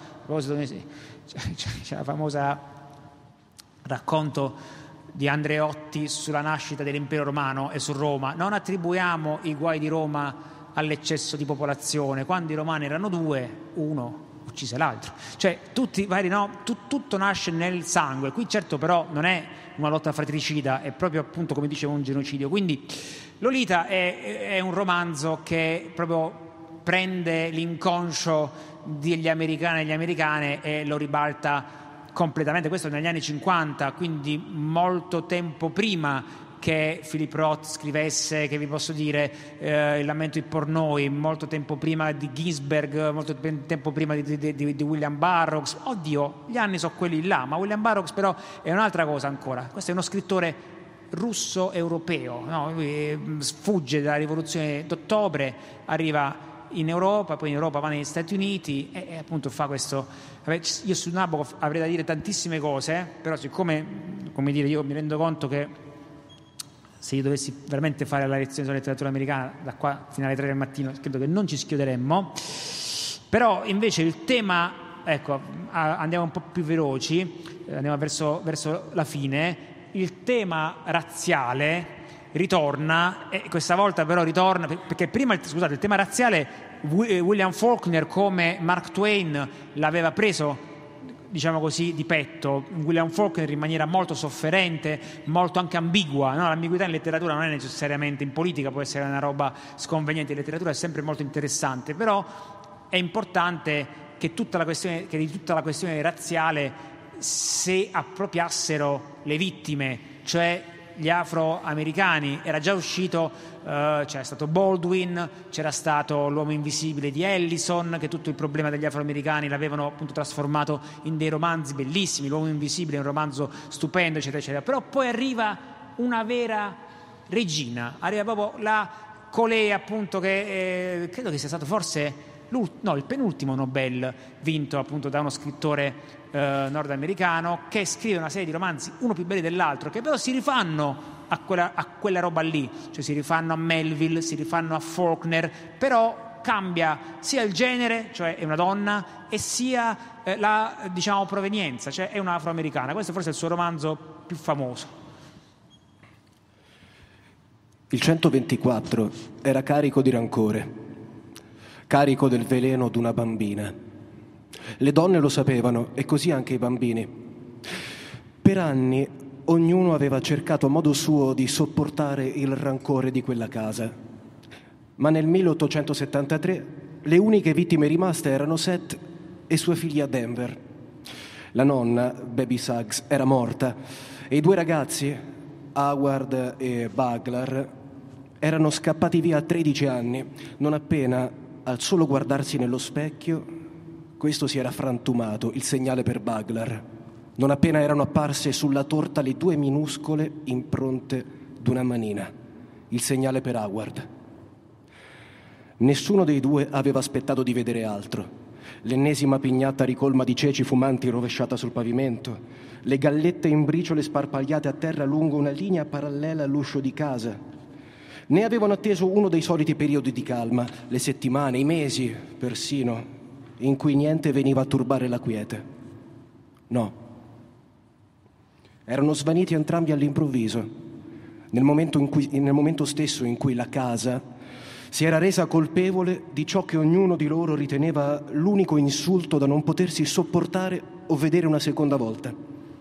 c'è la famosa racconto di Andreotti sulla nascita dell'impero romano e su Roma. Non attribuiamo i guai di Roma all'eccesso di popolazione, quando i romani erano due, uno uccise l'altro, cioè tutti vari, no? Tut, tutto nasce nel sangue. Qui certo però non è una lotta fratricida, è proprio appunto, come dicevo, un genocidio. Quindi Lolita è, è un romanzo che proprio prende l'inconscio degli americani e degli americane e lo ribalta completamente. Questo negli anni cinquanta, quindi molto tempo prima che Philip Roth scrivesse, che vi posso dire, eh, Il lamento di Portnoy, molto tempo prima di Ginsberg, molto tempo prima di, di, di, di William Burroughs. Oddio, gli anni sono quelli là, ma William Burroughs però è un'altra cosa ancora. Questo è uno scrittore russo-europeo, no? Lui sfugge dalla rivoluzione d'ottobre, arriva in Europa, poi in Europa va negli Stati Uniti e, e appunto fa questo. Io su Nabokov avrei da dire tantissime cose, però siccome, come dire, io mi rendo conto che se io dovessi veramente fare la lezione sulla letteratura americana da qua fino alle tre del mattino credo che non ci schioderemmo. Però invece il tema, ecco, andiamo un po' più veloci, andiamo verso, verso la fine. Il tema razziale ritorna, e questa volta però ritorna perché prima, scusate, il tema razziale William Faulkner come Mark Twain l'aveva preso, diciamo così, di petto. William Faulkner in maniera molto sofferente, molto anche ambigua, no? L'ambiguità in letteratura non è necessariamente in politica, può essere una roba sconveniente, in letteratura è sempre molto interessante, però è importante che tutta la questione, che di tutta la questione razziale se appropriassero le vittime, cioè gli afroamericani. Era già uscito, eh, c'era stato Baldwin, c'era stato L'uomo invisibile di Ellison, che tutto il problema degli afroamericani l'avevano appunto trasformato in dei romanzi bellissimi. L'uomo invisibile è un romanzo stupendo, eccetera eccetera. Però poi arriva una vera regina, arriva proprio la colei appunto che eh, credo che sia stato forse no, il penultimo Nobel vinto appunto da uno scrittore eh, nordamericano, che scrive una serie di romanzi uno più belli dell'altro, che però si rifanno a quella, a quella roba lì, cioè si rifanno a Melville, si rifanno a Faulkner, però cambia sia il genere, cioè è una donna, e sia eh, la, diciamo, provenienza, cioè è un'afroamericana. Questo forse è il suo romanzo più famoso. Il centoventiquattro era carico di rancore, carico del veleno d'una bambina. Le donne lo sapevano e così anche i bambini. Per anni ognuno aveva cercato a modo suo di sopportare il rancore di quella casa. Ma nel milleottocentosettantatré le uniche vittime rimaste erano Seth e sua figlia Denver. La nonna, Baby Suggs, era morta e i due ragazzi, Howard e Bugler, erano scappati via a tredici anni, non appena, al solo guardarsi nello specchio, questo si era frantumato, il segnale per Bugler. Non appena erano apparse sulla torta le due minuscole impronte d'una manina, il segnale per Howard. Nessuno dei due aveva aspettato di vedere altro. L'ennesima pignatta ricolma di ceci fumanti rovesciata sul pavimento, le gallette in briciole sparpagliate a terra lungo una linea parallela all'uscio di casa. Ne avevano atteso uno dei soliti periodi di calma, le settimane, i mesi, persino, in cui niente veniva a turbare la quiete. No. Erano svaniti entrambi all'improvviso, nel momento, in cui, nel momento stesso in cui la casa si era resa colpevole di ciò che ognuno di loro riteneva l'unico insulto da non potersi sopportare o vedere una seconda volta.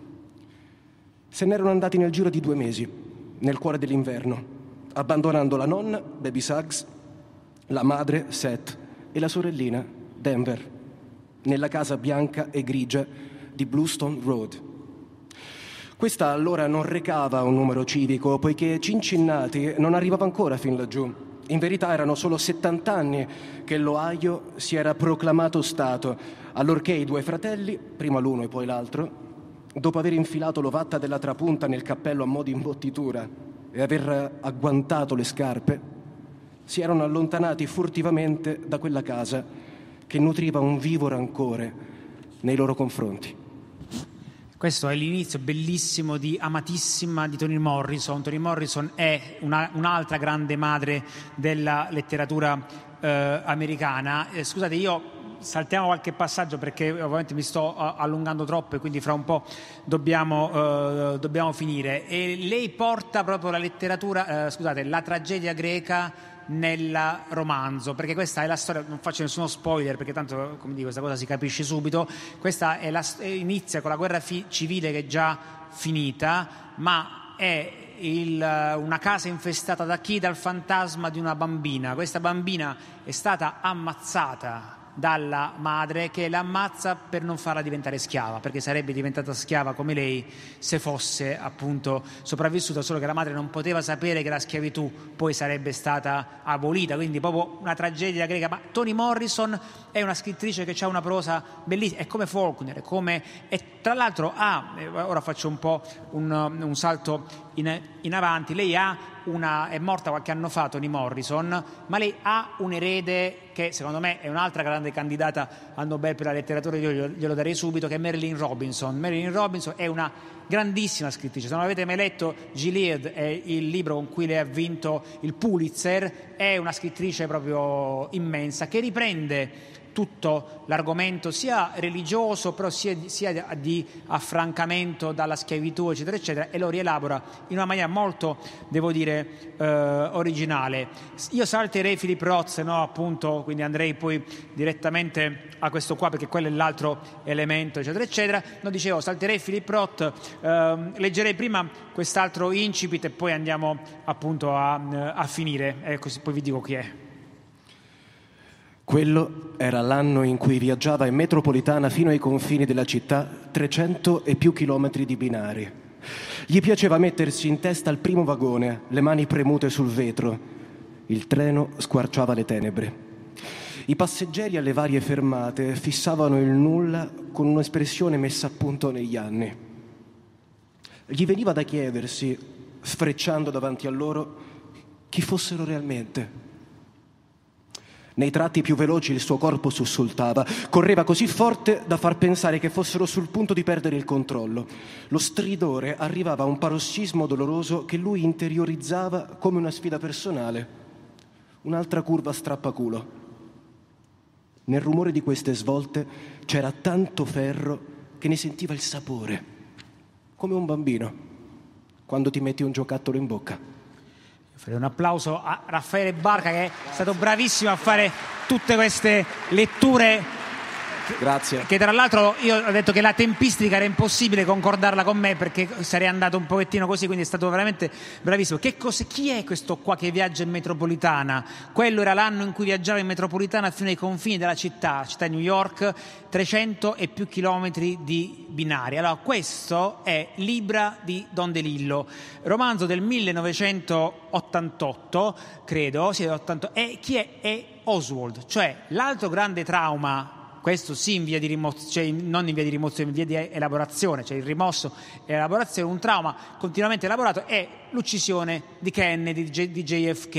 Se n'erano andati nel giro di due mesi, nel cuore dell'inverno, abbandonando la nonna, Baby Suggs, la madre, Seth, e la sorellina, Denver, nella casa bianca e grigia di Bluestone Road. Questa allora non recava un numero civico, poiché Cincinnati non arrivava ancora fin laggiù. In verità erano solo settanta anni che l'Ohio si era proclamato Stato, allorché i due fratelli, prima l'uno e poi l'altro, dopo aver infilato l'ovatta della trapunta nel cappello a mo' di imbottitura e aver agguantato le scarpe, si erano allontanati furtivamente da quella casa che nutriva un vivo rancore nei loro confronti. Questo è l'inizio bellissimo di Amatissima di Toni Morrison. Toni Morrison è una, un'altra grande madre della letteratura eh, americana. Eh, scusate, io saltiamo qualche passaggio perché ovviamente mi sto uh, allungando troppo e quindi fra un po' dobbiamo, uh, dobbiamo finire. E lei porta proprio la letteratura, uh, scusate, la tragedia greca nel romanzo, perché questa è la storia, non faccio nessuno spoiler perché tanto, come dico, questa cosa si capisce subito. Questa è la, inizia con la guerra fi- civile che è già finita, ma è il, una casa infestata da chi? Dal fantasma di una bambina. Questa bambina è stata ammazzata dalla madre, che la ammazza per non farla diventare schiava, perché sarebbe diventata schiava come lei se fosse appunto sopravvissuta, solo che la madre non poteva sapere che la schiavitù poi sarebbe stata abolita, quindi proprio una tragedia greca. Ma Toni Morrison è una scrittrice che ha una prosa bellissima, è come Faulkner, è come, e tra l'altro ha, ora faccio un po' un, un salto in, in avanti, lei ha una, è morta qualche anno fa Toni Morrison, ma lei ha un erede che secondo me è un'altra grande candidata al Nobel per la letteratura, io glielo, glielo darei subito, che è Marilyn Robinson. Marilyn Robinson è una grandissima scrittrice, se non avete mai letto Gilead, è il libro con cui lei ha vinto il Pulitzer, è una scrittrice proprio immensa, che riprende tutto l'argomento sia religioso, però sia, sia di affrancamento dalla schiavitù, eccetera, eccetera, e lo rielabora in una maniera molto, devo dire, eh, originale. Io salterei Philip Roth, se no appunto, quindi andrei poi direttamente a questo qua, perché quello è l'altro elemento, eccetera, eccetera. No, dicevo, salterei Philip Roth, eh, leggerei prima quest'altro incipit e poi andiamo appunto a, a finire, e così poi vi dico chi è. Quello era l'anno in cui viaggiava in metropolitana fino ai confini della città, trecento e più chilometri di binari. Gli piaceva mettersi in testa al primo vagone, le mani premute sul vetro. Il treno squarciava le tenebre. I passeggeri alle varie fermate fissavano il nulla con un'espressione messa a punto negli anni. Gli veniva da chiedersi, sfrecciando davanti a loro, chi fossero realmente. Nei tratti più veloci il suo corpo sussultava, correva così forte da far pensare che fossero sul punto di perdere il controllo. Lo stridore arrivava a un parossismo doloroso che lui interiorizzava come una sfida personale. Un'altra curva strappaculo. Nel rumore di queste svolte c'era tanto ferro che ne sentiva il sapore, come un bambino, quando ti metti un giocattolo in bocca. Un applauso a Raffaele Barca, che è stato bravissimo a fare tutte queste letture. Grazie. Che tra l'altro io ho detto che la tempistica era impossibile concordarla con me, perché sarei andato un pochettino così, quindi è stato veramente bravissimo. Che cosa, chi è questo qua che viaggia in metropolitana? Quello era l'anno in cui viaggiava in metropolitana fino ai confini della città, città di New York, trecento e più chilometri di binari. Allora, questo è Libra di Don DeLillo, romanzo del millenovecentottantotto, credo, sì, ottantotto. E chi è? È Oswald, cioè l'altro grande trauma. Questo sì in via di rimozione, cioè non in via di rimozione, in via di elaborazione, cioè il rimosso e l'elaborazione, un trauma continuamente elaborato è l'uccisione di Kennedy, di J F K,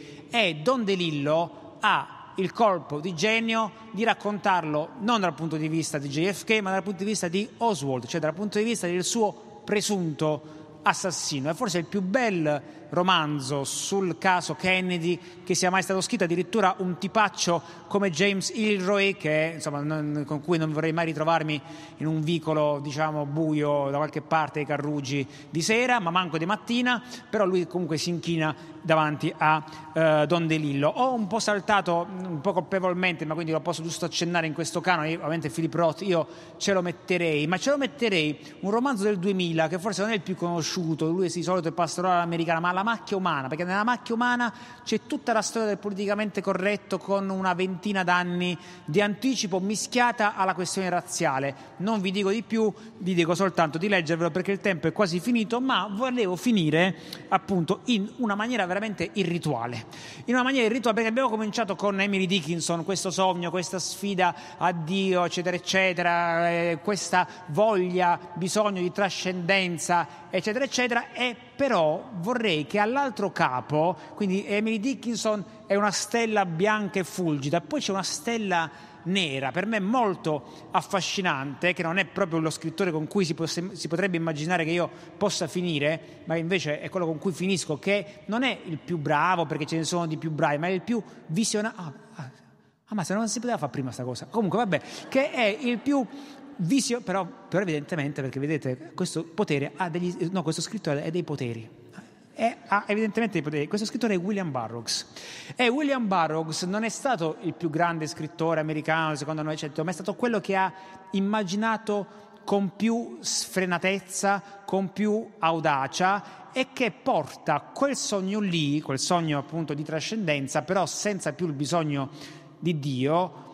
e Don DeLillo ha il colpo di genio di raccontarlo non dal punto di vista di J F K, ma dal punto di vista di Oswald, cioè dal punto di vista del suo presunto assassino. È forse il più bel romanzo sul caso Kennedy che sia mai stato scritto, addirittura un tipaccio come James Ellroy, che insomma non, con cui non vorrei mai ritrovarmi in un vicolo diciamo buio da qualche parte ai Carruggi di sera, ma manco di mattina, però lui comunque si inchina davanti a uh, Don DeLillo. Ho un po' saltato un po' colpevolmente, ma quindi lo posso giusto accennare in questo canone. Io, ovviamente Philip Roth io ce lo metterei, ma ce lo metterei un romanzo del duemila che forse non è il più conosciuto, lui di solito è pastorale americana, ma La macchia umana, perché nella macchia umana c'è tutta la storia del politicamente corretto con una ventina d'anni di anticipo mischiata alla questione razziale. Non vi dico di più, vi dico soltanto di leggervelo perché il tempo è quasi finito, ma volevo finire appunto in una maniera veramente irrituale. In una maniera irrituale perché abbiamo cominciato con Emily Dickinson, questo sogno, questa sfida a Dio, eccetera, eccetera, eh, questa voglia, bisogno di trascendenza, eccetera, eccetera, e però vorrei che all'altro capo, quindi Emily Dickinson è una stella bianca e fulgida, poi c'è una stella nera, per me molto affascinante, che non è proprio lo scrittore con cui si, poss- si potrebbe immaginare che io possa finire, ma invece è quello con cui finisco, che non è il più bravo, perché ce ne sono di più bravi, ma è il più visionario. Ah, ah, ah, ma se non si poteva fare prima sta cosa. Comunque vabbè, che è il più visio, però, però evidentemente, perché vedete, questo potere ha degli, no, questo scrittore ha dei poteri. E ha evidentemente dei poteri. Questo scrittore è William Burroughs, e William Burroughs non è stato il più grande scrittore americano secondo noi, eccetera, ma è stato quello che ha immaginato con più sfrenatezza, con più audacia, e che porta quel sogno lì, quel sogno appunto di trascendenza, però senza più il bisogno di Dio,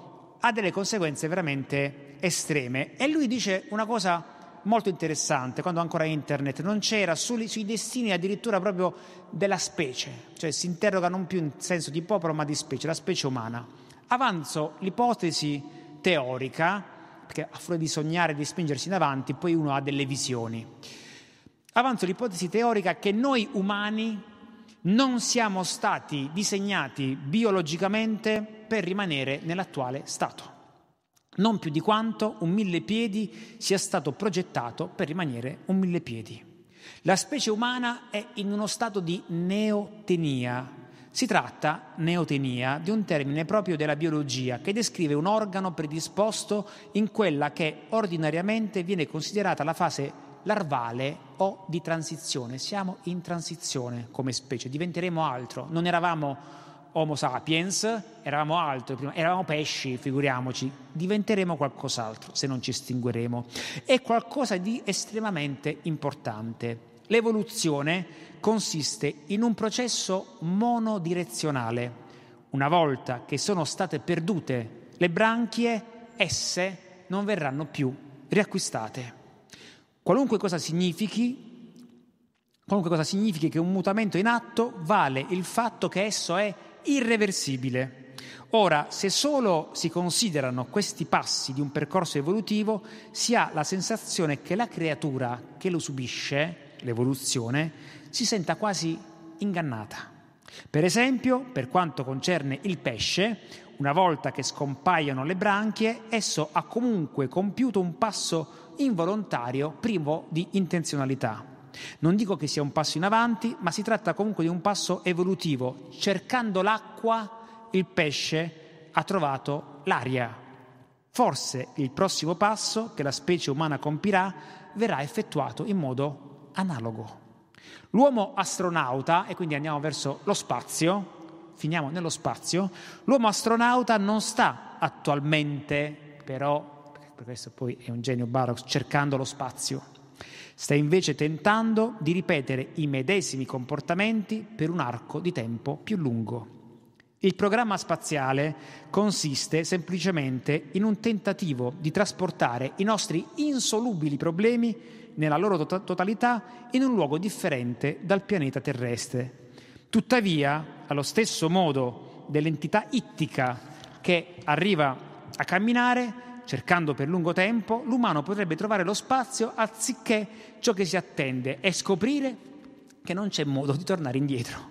ha delle conseguenze veramente estreme. E lui dice una cosa molto interessante, quando ancora internet non c'era, sui, sui destini addirittura proprio della specie, cioè si interroga non più in senso di popolo ma di specie, la specie umana. Avanzo l'ipotesi teorica, perché a furia di sognare e di spingersi in avanti poi uno ha delle visioni. Avanzo l'ipotesi teorica che noi umani non siamo stati disegnati biologicamente per rimanere nell'attuale stato, non più di quanto un millepiedi sia stato progettato per rimanere un millepiedi. La specie umana è in uno stato di neotenia. Si tratta, neotenia, di un termine proprio della biologia che descrive un organo predisposto in quella che ordinariamente viene considerata la fase larvale o di transizione. Siamo in transizione come specie, diventeremo altro. Non eravamo Homo sapiens, eravamo altro, prima, eravamo pesci, figuriamoci, diventeremo qualcos'altro se non ci estingueremo. È qualcosa di estremamente importante. L'evoluzione consiste in un processo monodirezionale. Una volta che sono state perdute le branchie, esse non verranno più riacquistate. Qualunque cosa significhi, qualunque cosa significhi che un mutamento è in atto, vale il fatto che esso è irreversibile. Ora, se solo si considerano questi passi di un percorso evolutivo, si ha la sensazione che la creatura che lo subisce, l'evoluzione, si senta quasi ingannata. Per esempio, per quanto concerne il pesce, una volta che scompaiono le branchie, esso ha comunque compiuto un passo involontario privo di intenzionalità. Non dico che sia un passo in avanti, ma si tratta comunque di un passo evolutivo. Cercando l'acqua, il pesce ha trovato l'aria. Forse il prossimo passo che la specie umana compirà verrà effettuato in modo analogo. L'uomo astronauta, e quindi andiamo verso lo spazio, finiamo nello spazio, l'uomo astronauta non sta attualmente, però, perché questo poi è un genio Burroughs, cercando lo spazio. Sta invece tentando di ripetere i medesimi comportamenti per un arco di tempo più lungo. Il programma spaziale consiste semplicemente in un tentativo di trasportare i nostri insolubili problemi nella loro to- totalità in un luogo differente dal pianeta terrestre. Tuttavia, allo stesso modo dell'entità ittica che arriva a camminare, cercando per lungo tempo, l'umano potrebbe trovare lo spazio anziché ciò che si attende e scoprire che non c'è modo di tornare indietro.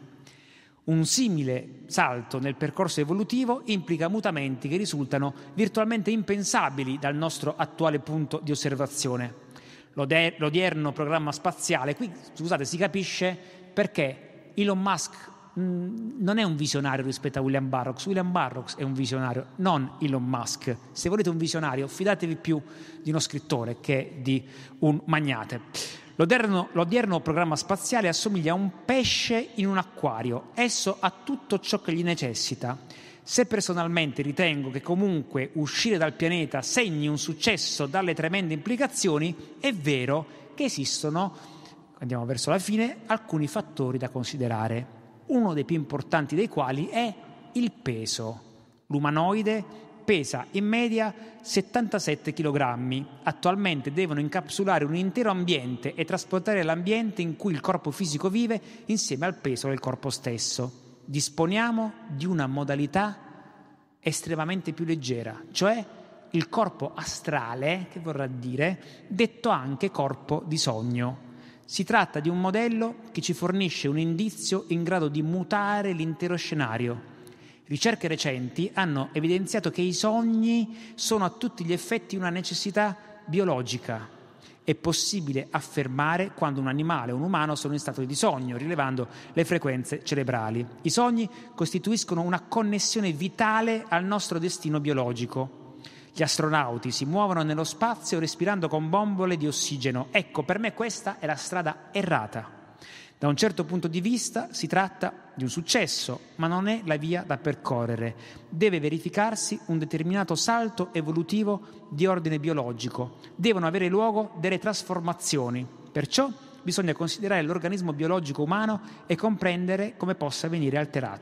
Un simile salto nel percorso evolutivo implica mutamenti che risultano virtualmente impensabili dal nostro attuale punto di osservazione. L'ode- l'odierno programma spaziale, qui scusate, si capisce perché Elon Musk mh, non è un visionario rispetto a William Burroughs. William Burroughs è un visionario, non Elon Musk. Se volete un visionario, fidatevi più di uno scrittore che di un magnate. L'odierno, l'odierno programma spaziale assomiglia a un pesce in un acquario. Esso ha tutto ciò che gli necessita. Se personalmente ritengo che comunque uscire dal pianeta segni un successo dalle tremende implicazioni, è vero che esistono, andiamo verso la fine, alcuni fattori da considerare. Uno dei più importanti dei quali è il peso. L'umanoide pesa in media settantasette chilogrammi. Attualmente devono incapsulare un intero ambiente e trasportare l'ambiente in cui il corpo fisico vive insieme al peso del corpo stesso. Disponiamo di una modalità estremamente più leggera, cioè il corpo astrale, che vorrà dire, detto anche corpo di sogno. Si tratta di un modello che ci fornisce un indizio in grado di mutare l'intero scenario. Ricerche recenti hanno evidenziato che i sogni sono a tutti gli effetti una necessità biologica. È possibile affermare quando un animale o un umano sono in stato di sogno, rilevando le frequenze cerebrali. I sogni costituiscono una connessione vitale al nostro destino biologico. Gli astronauti si muovono nello spazio respirando con bombole di ossigeno. Ecco, per me questa è la strada errata. Da un certo punto di vista si tratta di un successo, ma non è la via da percorrere. Deve verificarsi un determinato salto evolutivo di ordine biologico. Devono avere luogo delle trasformazioni. Perciò bisogna considerare l'organismo biologico umano e comprendere come possa venire alterato.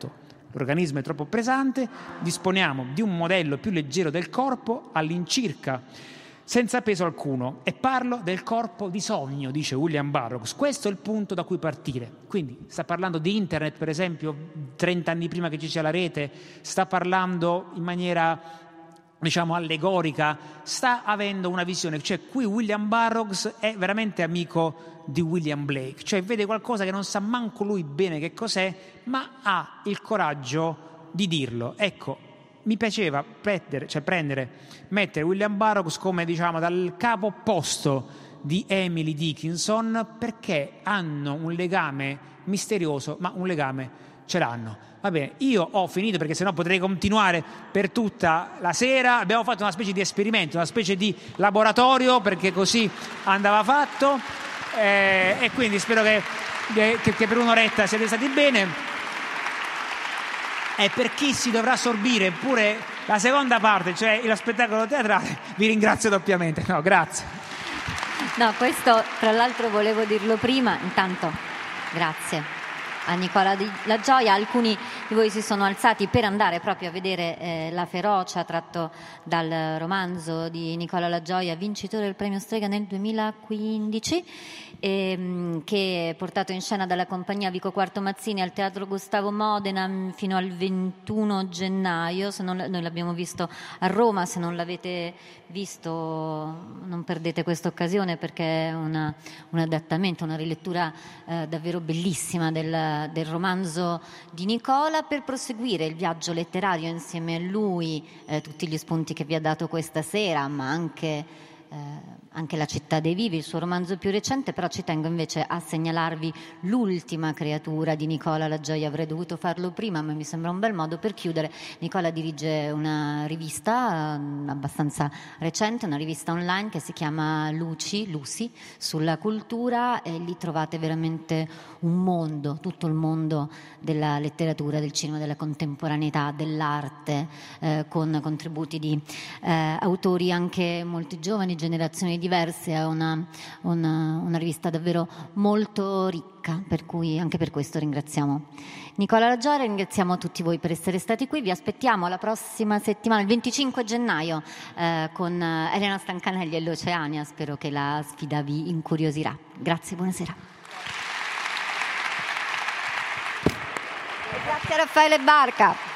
L'organismo è troppo pesante, disponiamo di un modello più leggero del corpo all'incirca senza peso alcuno, e parlo del corpo di sogno, dice William Burroughs. Questo è il punto da cui partire. Quindi sta parlando di internet, per esempio, trenta anni prima che ci sia la rete, sta parlando in maniera, diciamo, allegorica, sta avendo una visione. Cioè, qui William Burroughs è veramente amico di William Blake, cioè vede qualcosa che non sa manco lui bene che cos'è, ma ha il coraggio di dirlo. Ecco, mi piaceva prendere, cioè prendere, mettere William Burroughs come, diciamo, dal capo opposto di Emily Dickinson, perché hanno un legame misterioso, ma un legame ce l'hanno. Va bene, io ho finito, perché sennò potrei continuare per tutta la sera. Abbiamo fatto una specie di esperimento, una specie di laboratorio, perché così andava fatto, eh, e quindi spero che, che, che per un'oretta siete stati bene. E per chi si dovrà sorbire pure la seconda parte, cioè lo spettacolo teatrale, vi ringrazio doppiamente. No, grazie. No, questo tra l'altro volevo dirlo prima. Intanto grazie a Nicola La Gioia. Alcuni di voi si sono alzati per andare proprio a vedere eh, La ferocia, tratto dal romanzo di Nicola La Gioia, vincitore del premio Strega nel duemilaquindici, ehm, che è portato in scena dalla compagnia Vico Quarto Mazzini al Teatro Gustavo Modena fino al ventuno gennaio. Se non, noi l'abbiamo visto a Roma, se non l'avete visto non perdete questa occasione, perché è una, un adattamento, una rilettura eh, davvero bellissima del, del romanzo di Nicola, per proseguire il viaggio letterario insieme a lui, eh, tutti gli spunti che vi ha dato questa sera, ma anche eh, anche La città dei vivi, il suo romanzo più recente. Però ci tengo invece a segnalarvi l'ultima creatura di Nicola La Gioia. Avrei dovuto farlo prima, ma mi sembra un bel modo per chiudere. Nicola dirige una rivista eh, abbastanza recente, una rivista online che si chiama Luci, Lucy, sulla cultura, e lì trovate veramente un mondo, tutto il mondo della letteratura, del cinema, della contemporaneità, dell'arte, eh, con contributi di eh, autori anche molto giovani, generazioni diverse. È una, una, una rivista davvero molto ricca, per cui anche per questo ringraziamo Nicola La Gioia, ringraziamo tutti voi per essere stati qui. Vi aspettiamo la prossima settimana, il venticinque gennaio, eh, con Elena Stancanelli e l'Oceania. Spero che la sfida vi incuriosirà. Grazie, buonasera. Grazie a Raffaele Barca.